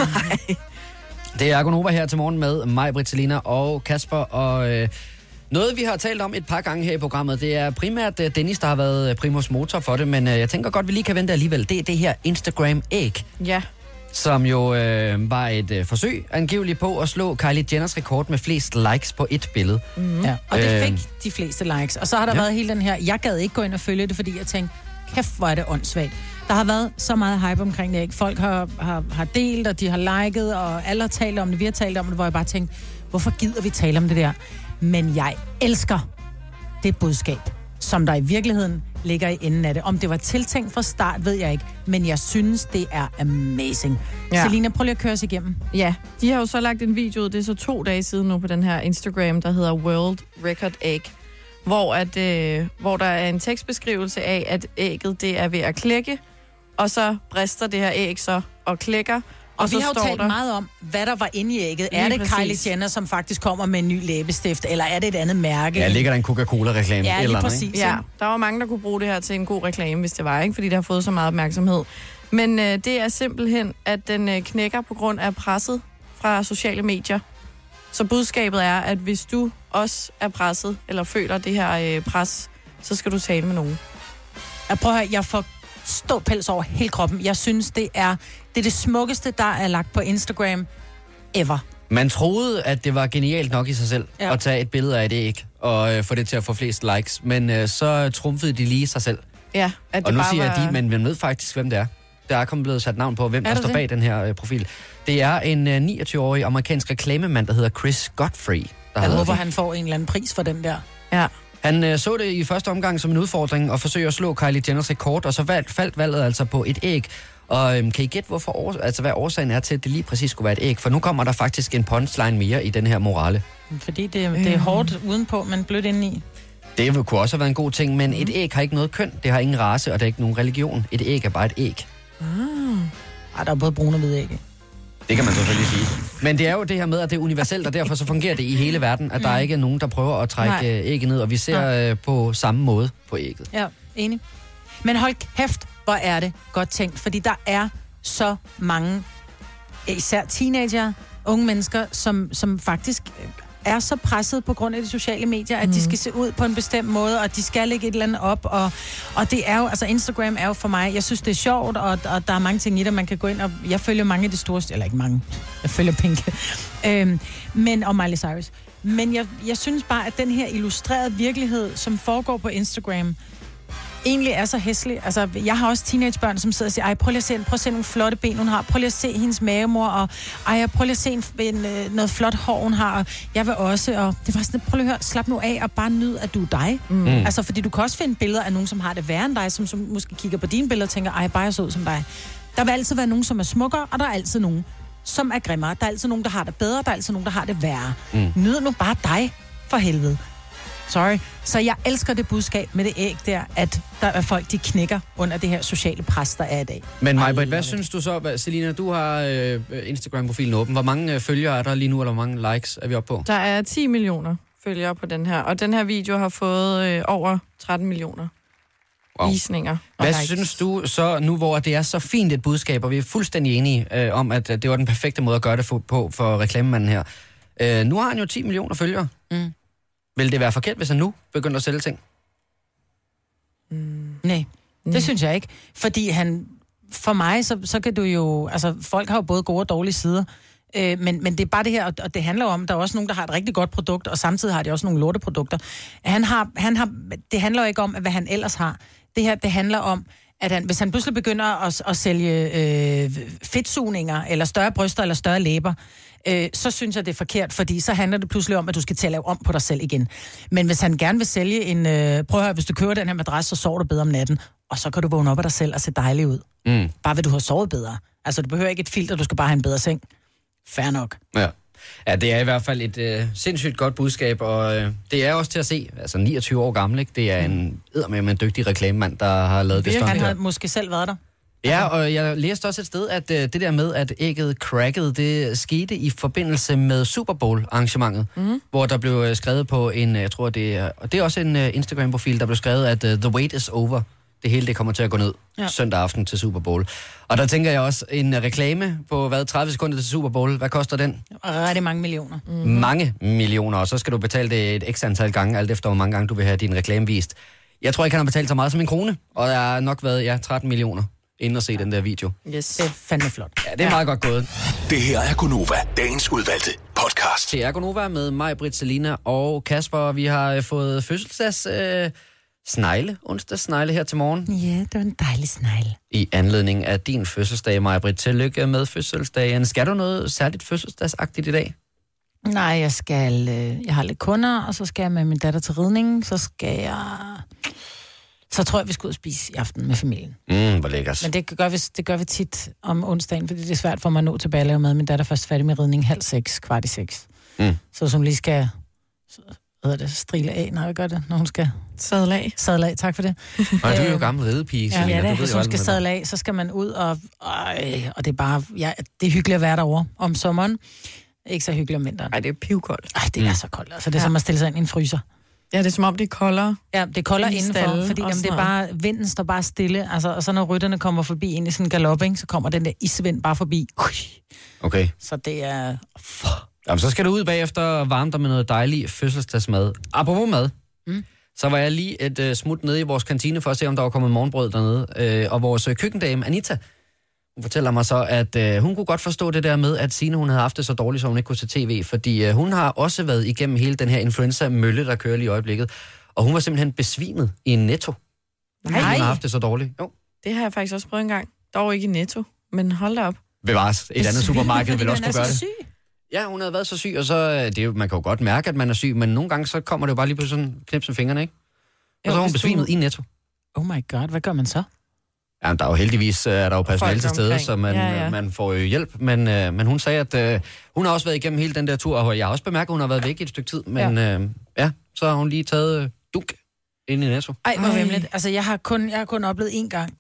Speaker 1: Det er Gonova her til morgen med mig, Britt, Selina og Kasper. Og øh, noget, vi har talt om et par gange her i programmet, det er primært øh, Dennis, der har været primus motor for det. Men øh, jeg tænker godt, vi lige kan vente alligevel. Det er det her Instagram-æg,
Speaker 3: Ja.
Speaker 1: som jo øh, var et øh, forsøg angiveligt på at slå Kylie Jenners rekord med flest likes på et billede.
Speaker 2: Mm. Ja. Og det
Speaker 1: Øh.
Speaker 2: fik de fleste likes. Og så har der
Speaker 1: Ja.
Speaker 2: været hele den her... Jeg gad ikke gå ind og følge det, fordi jeg tænkte, kæft, hvor er det åndssvagt. Der har været så meget hype omkring det, ikke? Folk har, har, har delt, og de har liket, og alle har talt om det. Vi har talt om det, hvor jeg bare tænkte, hvorfor gider vi tale om det der? Men jeg elsker det budskab, som der i virkeligheden ligger i enden af det. Om det var tiltænkt fra start, ved jeg ikke. Men jeg synes, det er amazing.
Speaker 3: Ja.
Speaker 2: Ja. Selina, prøv lige at køre os igennem.
Speaker 3: Ja, de har jo så lagt en video ud, det er så to dage siden nu på den her Instagram, der hedder World Record Egg, hvor, at, øh, hvor der er en tekstbeskrivelse af, at ægget det er ved at klække, og så brister det her æg så og klækker.
Speaker 2: Og, og
Speaker 3: så
Speaker 2: vi har jo
Speaker 3: står
Speaker 2: talt
Speaker 3: der,
Speaker 2: meget om, hvad der var inde i ægget.
Speaker 3: Lige
Speaker 2: Er det
Speaker 3: præcis.
Speaker 2: Kylie Jenner, som faktisk kommer med en ny læbestift, eller er det et andet mærke?
Speaker 1: Ja, ligger der en Coca-Cola-reklame?
Speaker 2: Ja, lige
Speaker 1: eller andet,
Speaker 2: præcis.
Speaker 1: ikke?
Speaker 3: Ja, der var mange, der kunne bruge det her til en god reklame, hvis det var, ikke? Fordi det har fået så meget opmærksomhed. Men øh, det er simpelthen, at den øh, knækker på grund af presset fra sociale medier. Så budskabet er, at hvis du også er presset, eller føler det her øh, pres, så skal du tale med nogen.
Speaker 2: Jeg prøver at høre, jeg får ståpels over hele kroppen. Jeg synes, det er det, er det smukkeste, der er lagt på Instagram ever.
Speaker 1: Man troede, at det var genialt nok i sig selv ja.
Speaker 2: Ja.
Speaker 1: at tage et billede af et æg og øh, få det til at få flest likes. Men øh, så trumfede de lige sig selv.
Speaker 3: Ja, at det
Speaker 1: Og nu
Speaker 3: bare
Speaker 1: siger
Speaker 3: var...
Speaker 1: jeg de, men vi ved faktisk, hvem det er. Der er kommet blevet sat navn på, hvem
Speaker 2: Er
Speaker 1: der
Speaker 2: der
Speaker 1: står
Speaker 2: det?
Speaker 1: bag den her øh, profil. Det er en øh, niogtyve-årig amerikansk reklamemand, der hedder Chris Godfrey. Der
Speaker 2: Jeg
Speaker 1: har
Speaker 2: håber,
Speaker 1: lavet
Speaker 2: han får en eller anden pris for den der.
Speaker 3: Ja.
Speaker 1: Han øh, så det i første omgang som en udfordring at forsøge at slå Kylie Jenners rekord, og så valg, faldt valget altså på et æg. Og øhm, kan I gætte, hvorfor års- altså, hvad årsagen er til, at det lige præcis skulle være et æg? For nu kommer der faktisk en punchline mere i den her morale.
Speaker 2: Fordi det, det er hårdt udenpå, men blødt indeni.
Speaker 1: Det kunne også have været en god ting, men mm. et æg har ikke noget køn, det har ingen race, og der er ikke nogen religion. Et æg er bare et æg.
Speaker 2: Ah. Ej, der er både brune og hvide æg.
Speaker 1: Det kan man selvfølgelig sige. Men det er jo det her med, at det er universelt, og derfor så fungerer det i hele verden, at mm. der ikke er nogen, der prøver at trække
Speaker 2: Nej.
Speaker 1: ægget ned, og vi ser øh, på samme måde på ægget.
Speaker 2: Ja, enig. Men hold kæft, hvor er det godt tænkt, fordi der er så mange, især teenager, unge mennesker, som, som faktisk er så presset på grund af de sociale medier, at mm. de skal se ud på en bestemt måde, og de skal lægge et eller andet op, og, og det er jo, altså Instagram er jo for mig, jeg synes det er sjovt, og, og der er mange ting i det, man kan gå ind, og jeg følger mange af de store, eller ikke mange, jeg følger Pink, øhm, men, og Miley Cyrus, men jeg, jeg synes bare, at den her illustrerede virkelighed, som foregår på Instagram, egentlig er så hæslig. Altså, jeg har også teenagebørn, som sidder og siger, ej, prøv lige at se, prøv at se nogle flotte ben, hun har. Prøv lige at se hendes magemor, og ej, prøv lige at se en, en, noget flot hår, hun har. Og jeg vil også, og det var sådan, prøv lige at høre, slap nu af og bare nyd, at du er dig. Mm. Altså, fordi du kan også finde billeder af nogen, som har det værre end dig, som, som måske kigger på dine billeder og tænker, ej, bare jeg så ud som dig. Der vil altid være nogen, som er smukkere, og der er altid nogen, som er grimmere. Der er altid nogen, der har det bedre, der er altid nogen, der har det værre. Mm. Nyd nu bare dig, for helvede. Sorry. Så jeg elsker det budskab med det æg der, at der er folk, de knækker under det her sociale pres, der er i dag.
Speaker 1: Men Majbrit, hvad synes du så, hvad, Selina, du har øh, Instagram-profilen åben. Hvor mange øh, følgere er der lige nu, eller hvor mange likes er vi oppe på?
Speaker 3: Der er ti millioner følgere på den her, og den her video har fået øh, over tretten millioner
Speaker 1: Wow.
Speaker 3: visninger.
Speaker 1: Hvad
Speaker 3: likes.
Speaker 1: synes du så, nu hvor det er så fint et budskab, og vi er fuldstændig enige øh, om, at det var den perfekte måde at gøre det for, på for reklamemanden her. Øh, nu har han jo ti millioner følgere.
Speaker 2: Mm.
Speaker 1: Vil det være forkert, hvis han nu begynder at sælge ting?
Speaker 2: Mm. Nej, det mm. synes jeg ikke. Fordi han, for mig, så, så kan du jo, altså folk har jo både gode og dårlige sider, øh, men, men det er bare det her, og det handler om, der er også nogen, der har et rigtig godt produkt, og samtidig har de også nogle lorteprodukter. Han har, han har, det handler jo ikke om, hvad han ellers har. Det her, det handler om, at han, hvis han pludselig begynder at, at sælge øh, fedtsugninger, eller større bryster, eller større læber, øh, så synes jeg, det er forkert, fordi så handler det pludselig om, at du skal til at lave om på dig selv igen. Men hvis han gerne vil sælge en, øh, prøv at høre, hvis du køber den her madras, så sover du bedre om natten. og så kan du vågne op af dig selv og se dejlig ud.
Speaker 1: Mm.
Speaker 2: Bare ved du har sovet bedre. Altså, du behøver ikke et filter, du skal bare have en bedre seng. Fair nok.
Speaker 1: Ja. Ja, det er i hvert fald et øh, sindssygt godt budskab, og øh, det er også til at se, altså niogtyve år gammel, ikke? Det er en eddermame en dygtig reklamemand, der har lavet det stunt.
Speaker 2: Han har måske selv været der.
Speaker 1: Ja, og jeg læste også et sted, at øh, det der med, at ægget crackede, det skete i forbindelse med Super Bowl-arrangementet, mm. hvor der blev øh, skrevet på en, jeg tror det er, og det er også en øh, Instagram-profil, der blev skrevet, at uh, the wait is over. Det hele det kommer til at gå ned ja. søndag aften til Super Bowl. Og der tænker jeg også, en reklame på, hvad, tredive sekunder til Super Bowl, hvad koster den?
Speaker 2: Rigtig mange millioner.
Speaker 1: Mm-hmm. Mange millioner, og så skal du betale det et ekstra antal gange, alt efter hvor mange gange du vil have din reklame vist. Jeg tror ikke, han har betalt så meget som en krone, og der har nok været, ja, tretten millioner inden at se ja. den der video.
Speaker 2: Yes. Det er fandme flot.
Speaker 1: Ja, det er ja. meget godt gået.
Speaker 6: Det her er Gonova, dagens udvalgte podcast.
Speaker 1: Det er Gonova med mig, Britt, Selina og Kasper. Vi har fået fødselsdags... Øh, snegle, onsdags snegle her til morgen.
Speaker 2: Ja, det var en dejlig snegle.
Speaker 1: I anledning af din fødselsdag, Maj-Britt. Tillykke med fødselsdagen. Skal du noget særligt fødselsdagsagtigt i dag?
Speaker 2: Nej, jeg skal... Øh, jeg har lidt kunder, og så skal jeg med min datter til ridning. Så skal jeg... Så tror jeg, vi skal ud og spise i aften med familien.
Speaker 1: Mm, hvor lækkert.
Speaker 2: Men det gør, vi, det gør vi tit om onsdagen, fordi det er svært for mig at nå tilbage at lave mad. Min datter er først færdig med ridning halv seks, kvart i seks. Mm. Så som lige skal... Hvad hedder det? Strile af, når jeg gør det, når hun skal...
Speaker 3: Sadle af.
Speaker 2: Sadle af, tak for det.
Speaker 1: Nej, du er jo gammel ridepige,
Speaker 2: ja, ja, det.
Speaker 1: Du
Speaker 2: Hvis hun skal sadle af, så skal man ud, og, øh, og det er bare... Ja, det er hyggeligt at være derovre om sommeren. Ikke så hyggeligt om vinteren.
Speaker 3: Nej, det er pivkoldt.
Speaker 2: Ej, det er mm. så koldt. Altså, det er ja. som at stille sig ind i en fryser.
Speaker 3: Ja, det er som om, det er koldere.
Speaker 2: Ja, det er koldere indenfor, fordi jamen, det er bare, vinden står bare stille. Altså, og så når rytterne kommer forbi ind i sådan en galop, ikke, så kommer den der isvind bare forbi.
Speaker 1: Okay.
Speaker 2: Så det er...
Speaker 1: Jamen, så skal du ud bagefter og varme dig med noget dejlig fødselsdagsmad. Apropos mad, mm. så var jeg lige et uh, smut nede i vores kantine for at se, om der var kommet morgenbrød dernede. Uh, og vores uh, køkkendame, Anita, hun fortæller mig så, at uh, hun kunne godt forstå det der med, at Signe, hun havde haft det så dårligt, så hun ikke kunne se tv. Fordi uh, hun har også været igennem hele den her influenza-mølle, der kører lige i øjeblikket. Og hun var simpelthen besvimet i en Netto. Nej. Hun har haft det så dårligt. Jo.
Speaker 3: Det har jeg faktisk også prøvet en gang. Dog ikke i Netto, men hold da op.
Speaker 1: Bevares. Et andet supermarked vil også kunne gøre det.
Speaker 2: Syg.
Speaker 1: Ja, hun havde været så syg, og så, det er jo, man kan jo godt mærke, at man er syg, men nogle gange, så kommer det jo bare lige på sådan knips med fingrene, ikke? Og jo, så har hun besvimet du... i Netto.
Speaker 2: Oh my god, hvad gør man så?
Speaker 1: Ja, der er jo heldigvis er der jo personale til stede, så man, ja, ja. man får jo hjælp, men, øh, men hun sagde, at øh, hun har også været igennem hele den der tur, og jeg har også bemærket, at hun har været væk i et stykke tid, men ja, øh, ja så har hun lige taget øh, dunk ind i Netto.
Speaker 2: Ej, hvor vemmeligt. Altså, jeg har kun, jeg har kun oplevet én gang,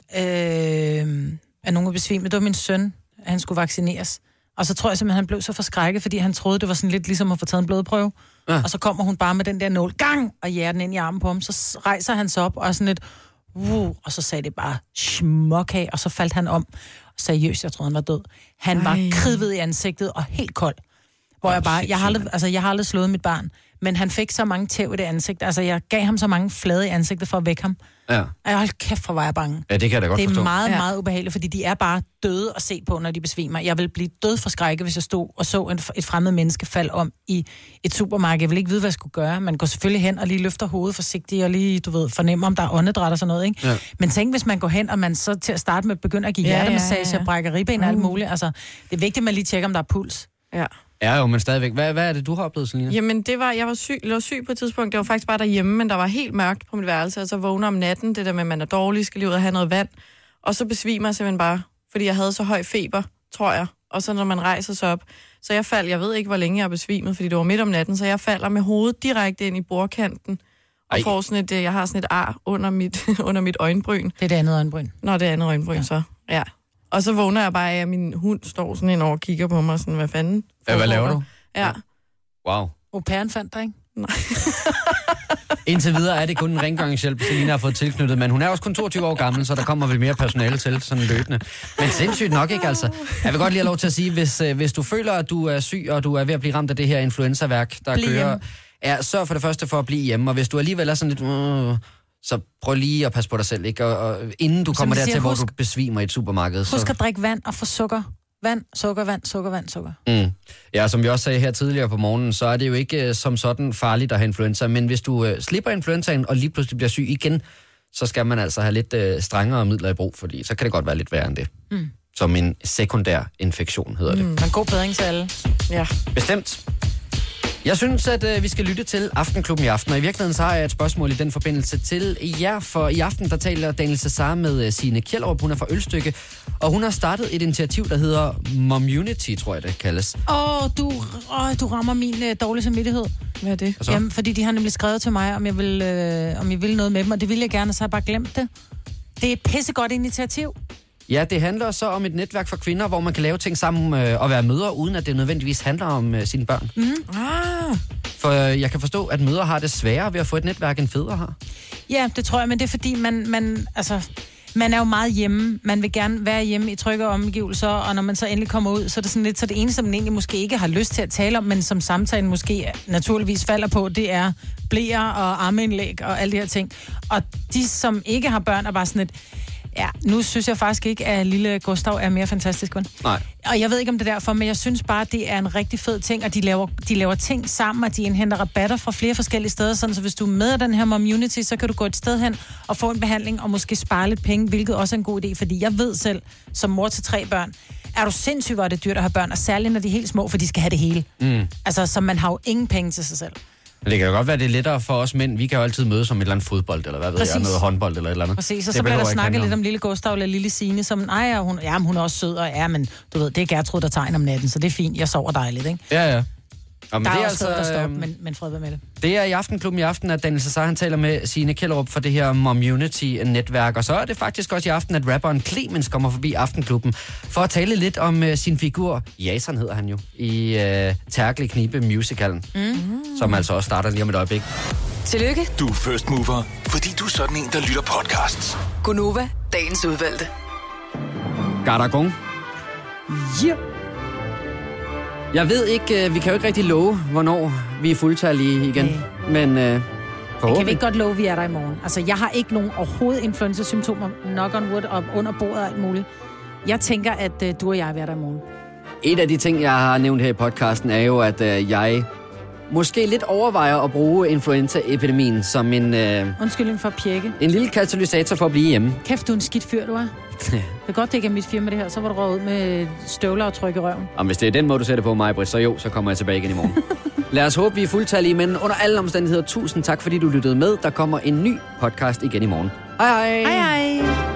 Speaker 2: øh, at nogen er besvimet. Det var min søn, han skulle vaccineres. Og så tror jeg simpelthen, han blev så forskrækket, fordi han troede, det var sådan lidt ligesom at få taget en blodprøve. Ja. Og så kommer hun bare med den der nål, gang, og jæger den ind i armen på ham. Så rejser han sig op og er sådan lidt, uh, og så sagde det bare smuk af, og så faldt han om. Seriøst, jeg troede, han var død. Han Ej. var kridtet i ansigtet og helt kold. Hvor jeg bare, jeg har, aldrig, altså, jeg har aldrig slået mit barn, men han fik så mange tæv i det ansigt. Altså, jeg gav ham så mange flade i ansigtet for at vække ham.
Speaker 1: Ja.
Speaker 2: Jeg hold kæft, hvor var jeg bange.
Speaker 1: Ja, det kan jeg da godt
Speaker 2: forstå. Det er
Speaker 1: forstå.
Speaker 2: meget,
Speaker 1: ja.
Speaker 2: meget ubehageligt, fordi de er bare døde at se på, når de besvimer. Jeg vil blive død for skrække, hvis jeg stod og så en, et fremmed menneske falde om i et supermarked. Jeg vil ikke vide, hvad jeg skulle gøre. Man går selvfølgelig hen og lige løfter hovedet forsigtigt og lige, du ved, fornemmer, om der er åndedræt og sådan noget, ikke? Ja. Men tænk, hvis man går hen, og man så til at starte med begynder at give ja, hjertemassage ja, ja, ja. og brækker ribben og alt muligt. Altså, det er vigtigt, at man lige tjekker, om der er puls.
Speaker 3: Ja.
Speaker 1: Ja, jo, men stadigvæk. Hvad, hvad er det, du har oplevet, Selina?
Speaker 3: Jamen, det var, jeg var syg, jeg var syg på et tidspunkt. Det var faktisk bare derhjemme, men der var helt mørkt på mit værelse. Og så vågner om natten, det der med, at man er dårlig, skal lige ud og have noget vand. Og så besvimer jeg simpelthen bare, fordi jeg havde så høj feber, tror jeg. Og så når man rejser sig op. Så jeg faldt, jeg ved ikke, hvor længe jeg er besvimet, fordi det var midt om natten. Så jeg falder med hovedet direkte ind i bordkanten. Og Ej. får sådan et, jeg har sådan et ar under mit, under mit øjenbryn.
Speaker 2: Det er det andet øjenbryn.
Speaker 3: Nå, det er andet øjenbryn, ja. så. Ja. Og så vågner jeg bare af, at min hund står sådan ind over og kigger på mig, sådan, hvad fanden?
Speaker 1: Ja, hvad laver du?
Speaker 3: Ja.
Speaker 1: Wow.
Speaker 2: Au pairen fandt dig, ikke?
Speaker 3: Nej.
Speaker 1: Indtil videre er det kun en rengøringshjælp, Selina har fået tilknyttet, men hun er også kun toogtyve år gammel, så der kommer vel mere personale til, sådan løbende. Men sindssygt nok, ikke altså? Jeg vil godt lige have lov til at sige, hvis, hvis du føler, at du er syg, og du er ved at blive ramt af det her influenza-værk, der Bliv kører, er, sørg for det første for at blive hjemme, og hvis du alligevel er sådan lidt... Uh, så prøv lige at passe på dig selv, ikke? Og, og inden du kommer dertil, hvor du besvimer i et supermarked.
Speaker 2: Husk så... at drikke vand og få sukker. Vand, sukker, vand, sukker, vand, sukker.
Speaker 1: Mm. Ja, som vi også sagde her tidligere på morgenen, så er det jo ikke uh, som sådan farligt at have influenza, men hvis du uh, slipper influenzaen og lige pludselig bliver syg igen, så skal man altså have lidt uh, strengere midler i brug, fordi så kan det godt være lidt værre end det. Mm. Som en sekundær infektion hedder det.
Speaker 2: Mm. Men god bedring til alle.
Speaker 3: Ja.
Speaker 1: Bestemt. Jeg synes, at øh, vi skal lytte til Aftenklubben i aften, og i virkeligheden så har jeg et spørgsmål i den forbindelse til jer, for i aften der taler Daniel Cesar med øh, Signe Kjellerup, hun er fra Ølstykke, og hun har startet et initiativ, der hedder Momunity, tror jeg det kaldes.
Speaker 2: Åh, oh, du, oh, du rammer min øh, dårlige samvittighed.
Speaker 3: Hvad er det?
Speaker 2: Jamen, fordi de har nemlig skrevet til mig, om jeg vil, øh, om jeg vil noget med dem, og det ville jeg gerne, så har jeg bare glemt det. Det er et pissegodt initiativ.
Speaker 1: Ja, det handler så om et netværk for kvinder, hvor man kan lave ting sammen øh, og være mødre, uden at det nødvendigvis handler om øh, sine børn.
Speaker 2: Mm.
Speaker 3: Ah.
Speaker 1: For øh, jeg kan forstå, at mødre har det sværere ved at få et netværk, end fædre har.
Speaker 2: Ja, det tror jeg, men det er fordi, man, man, altså, man er jo meget hjemme. Man vil gerne være hjemme i trygge omgivelser, og når man så endelig kommer ud, så er det sådan lidt, så det eneste, man egentlig måske ikke har lyst til at tale om, men som samtalen måske naturligvis falder på, det er bleer og armeindlæg og alle de her ting. Og de, som ikke har børn, er bare sådan et, ja, nu synes jeg faktisk ikke, at lille Gustav er mere fantastisk, men.
Speaker 1: Nej.
Speaker 2: Og jeg ved ikke, om det er derfor, men jeg synes bare, det er en rigtig fed ting, og de laver, de laver ting sammen, og de indhenter rabatter fra flere forskellige steder, sådan så hvis du er med i den her Momunity, så kan du gå et sted hen og få en behandling, og måske spare lidt penge, hvilket også er en god idé, fordi jeg ved selv, som mor til tre børn, er du sindssygt, hvor er det dyrt at have børn, og særligt når de er helt små, for de skal have det hele.
Speaker 1: Mm.
Speaker 2: Altså, så man har jo ingen penge til sig selv.
Speaker 1: Men det kan jo godt være, det er lettere for os mænd. Vi kan jo altid mødes som et eller andet fodbold, eller hvad ved
Speaker 2: Præcis.
Speaker 1: jeg, noget håndbold eller et eller andet.
Speaker 2: Præcis, og
Speaker 1: Det
Speaker 2: så bliver der
Speaker 1: behøver
Speaker 2: snakket
Speaker 1: ikke
Speaker 2: lidt om lille Gustav eller lille Signe, som, nej, hun, ja, men hun er også sød, og ja, men du ved, det er Gertrud, der tegner om natten, så det er fint, jeg sover dejligt, ikke?
Speaker 1: Ja, ja. Og men
Speaker 2: der
Speaker 1: det
Speaker 2: er
Speaker 1: er
Speaker 2: også
Speaker 1: altså,
Speaker 2: altså, der står,
Speaker 1: øhm,
Speaker 2: men, men fred være med det.
Speaker 1: Det er i Aftenklubben i aften, at Daniel Cesar, han taler med Signe Kjellerup for det her Momunity-netværk. Og så er det faktisk også i aften, at rapperen Clemens kommer forbi Aftenklubben for at tale lidt om uh, sin figur. Jason hedder han jo, i uh, Terkel Knibe musicalen, mm. som altså også starter lige om et øjeblik.
Speaker 5: Tillykke,
Speaker 6: Du er first mover, fordi du er sådan en, der lytter podcasts.
Speaker 5: Gunova, dagens udvalgte.
Speaker 1: Gardagong.
Speaker 2: Ja.
Speaker 1: Jeg ved ikke, uh, vi kan jo ikke rigtig love, hvornår vi er fuldtallige igen.
Speaker 2: Nej.
Speaker 1: Men uh,
Speaker 2: Kan vi
Speaker 1: forhåbentlig.
Speaker 2: ikke godt love, at vi er der i morgen? Altså, jeg har ikke nogen overhovedet influenza-symptomer, knock on wood, og under bordet og alt muligt. Jeg tænker, at uh, du og jeg er der i morgen.
Speaker 1: Et af de ting, jeg har nævnt her i podcasten, er jo, at uh, jeg måske lidt overvejer at bruge influenza-epidemien som en, uh,
Speaker 2: Undskyldning for at pjekke.
Speaker 1: en lille katalysator for at blive hjemme.
Speaker 2: Kæft, du er en skidt fyr, du er. Det er godt, det ikke er mit firma, det her. Så var du røget ud med støvler og trykke i røven.
Speaker 1: Og hvis det er den måde, du ser det på mig, Britt, så jo, så kommer jeg tilbage igen i morgen. Lad os håbe, vi er fuldtallige, men under alle omstændigheder, tusind tak, fordi du lyttede med. Der kommer en ny podcast igen i morgen. Hej hej!
Speaker 2: Hej hej!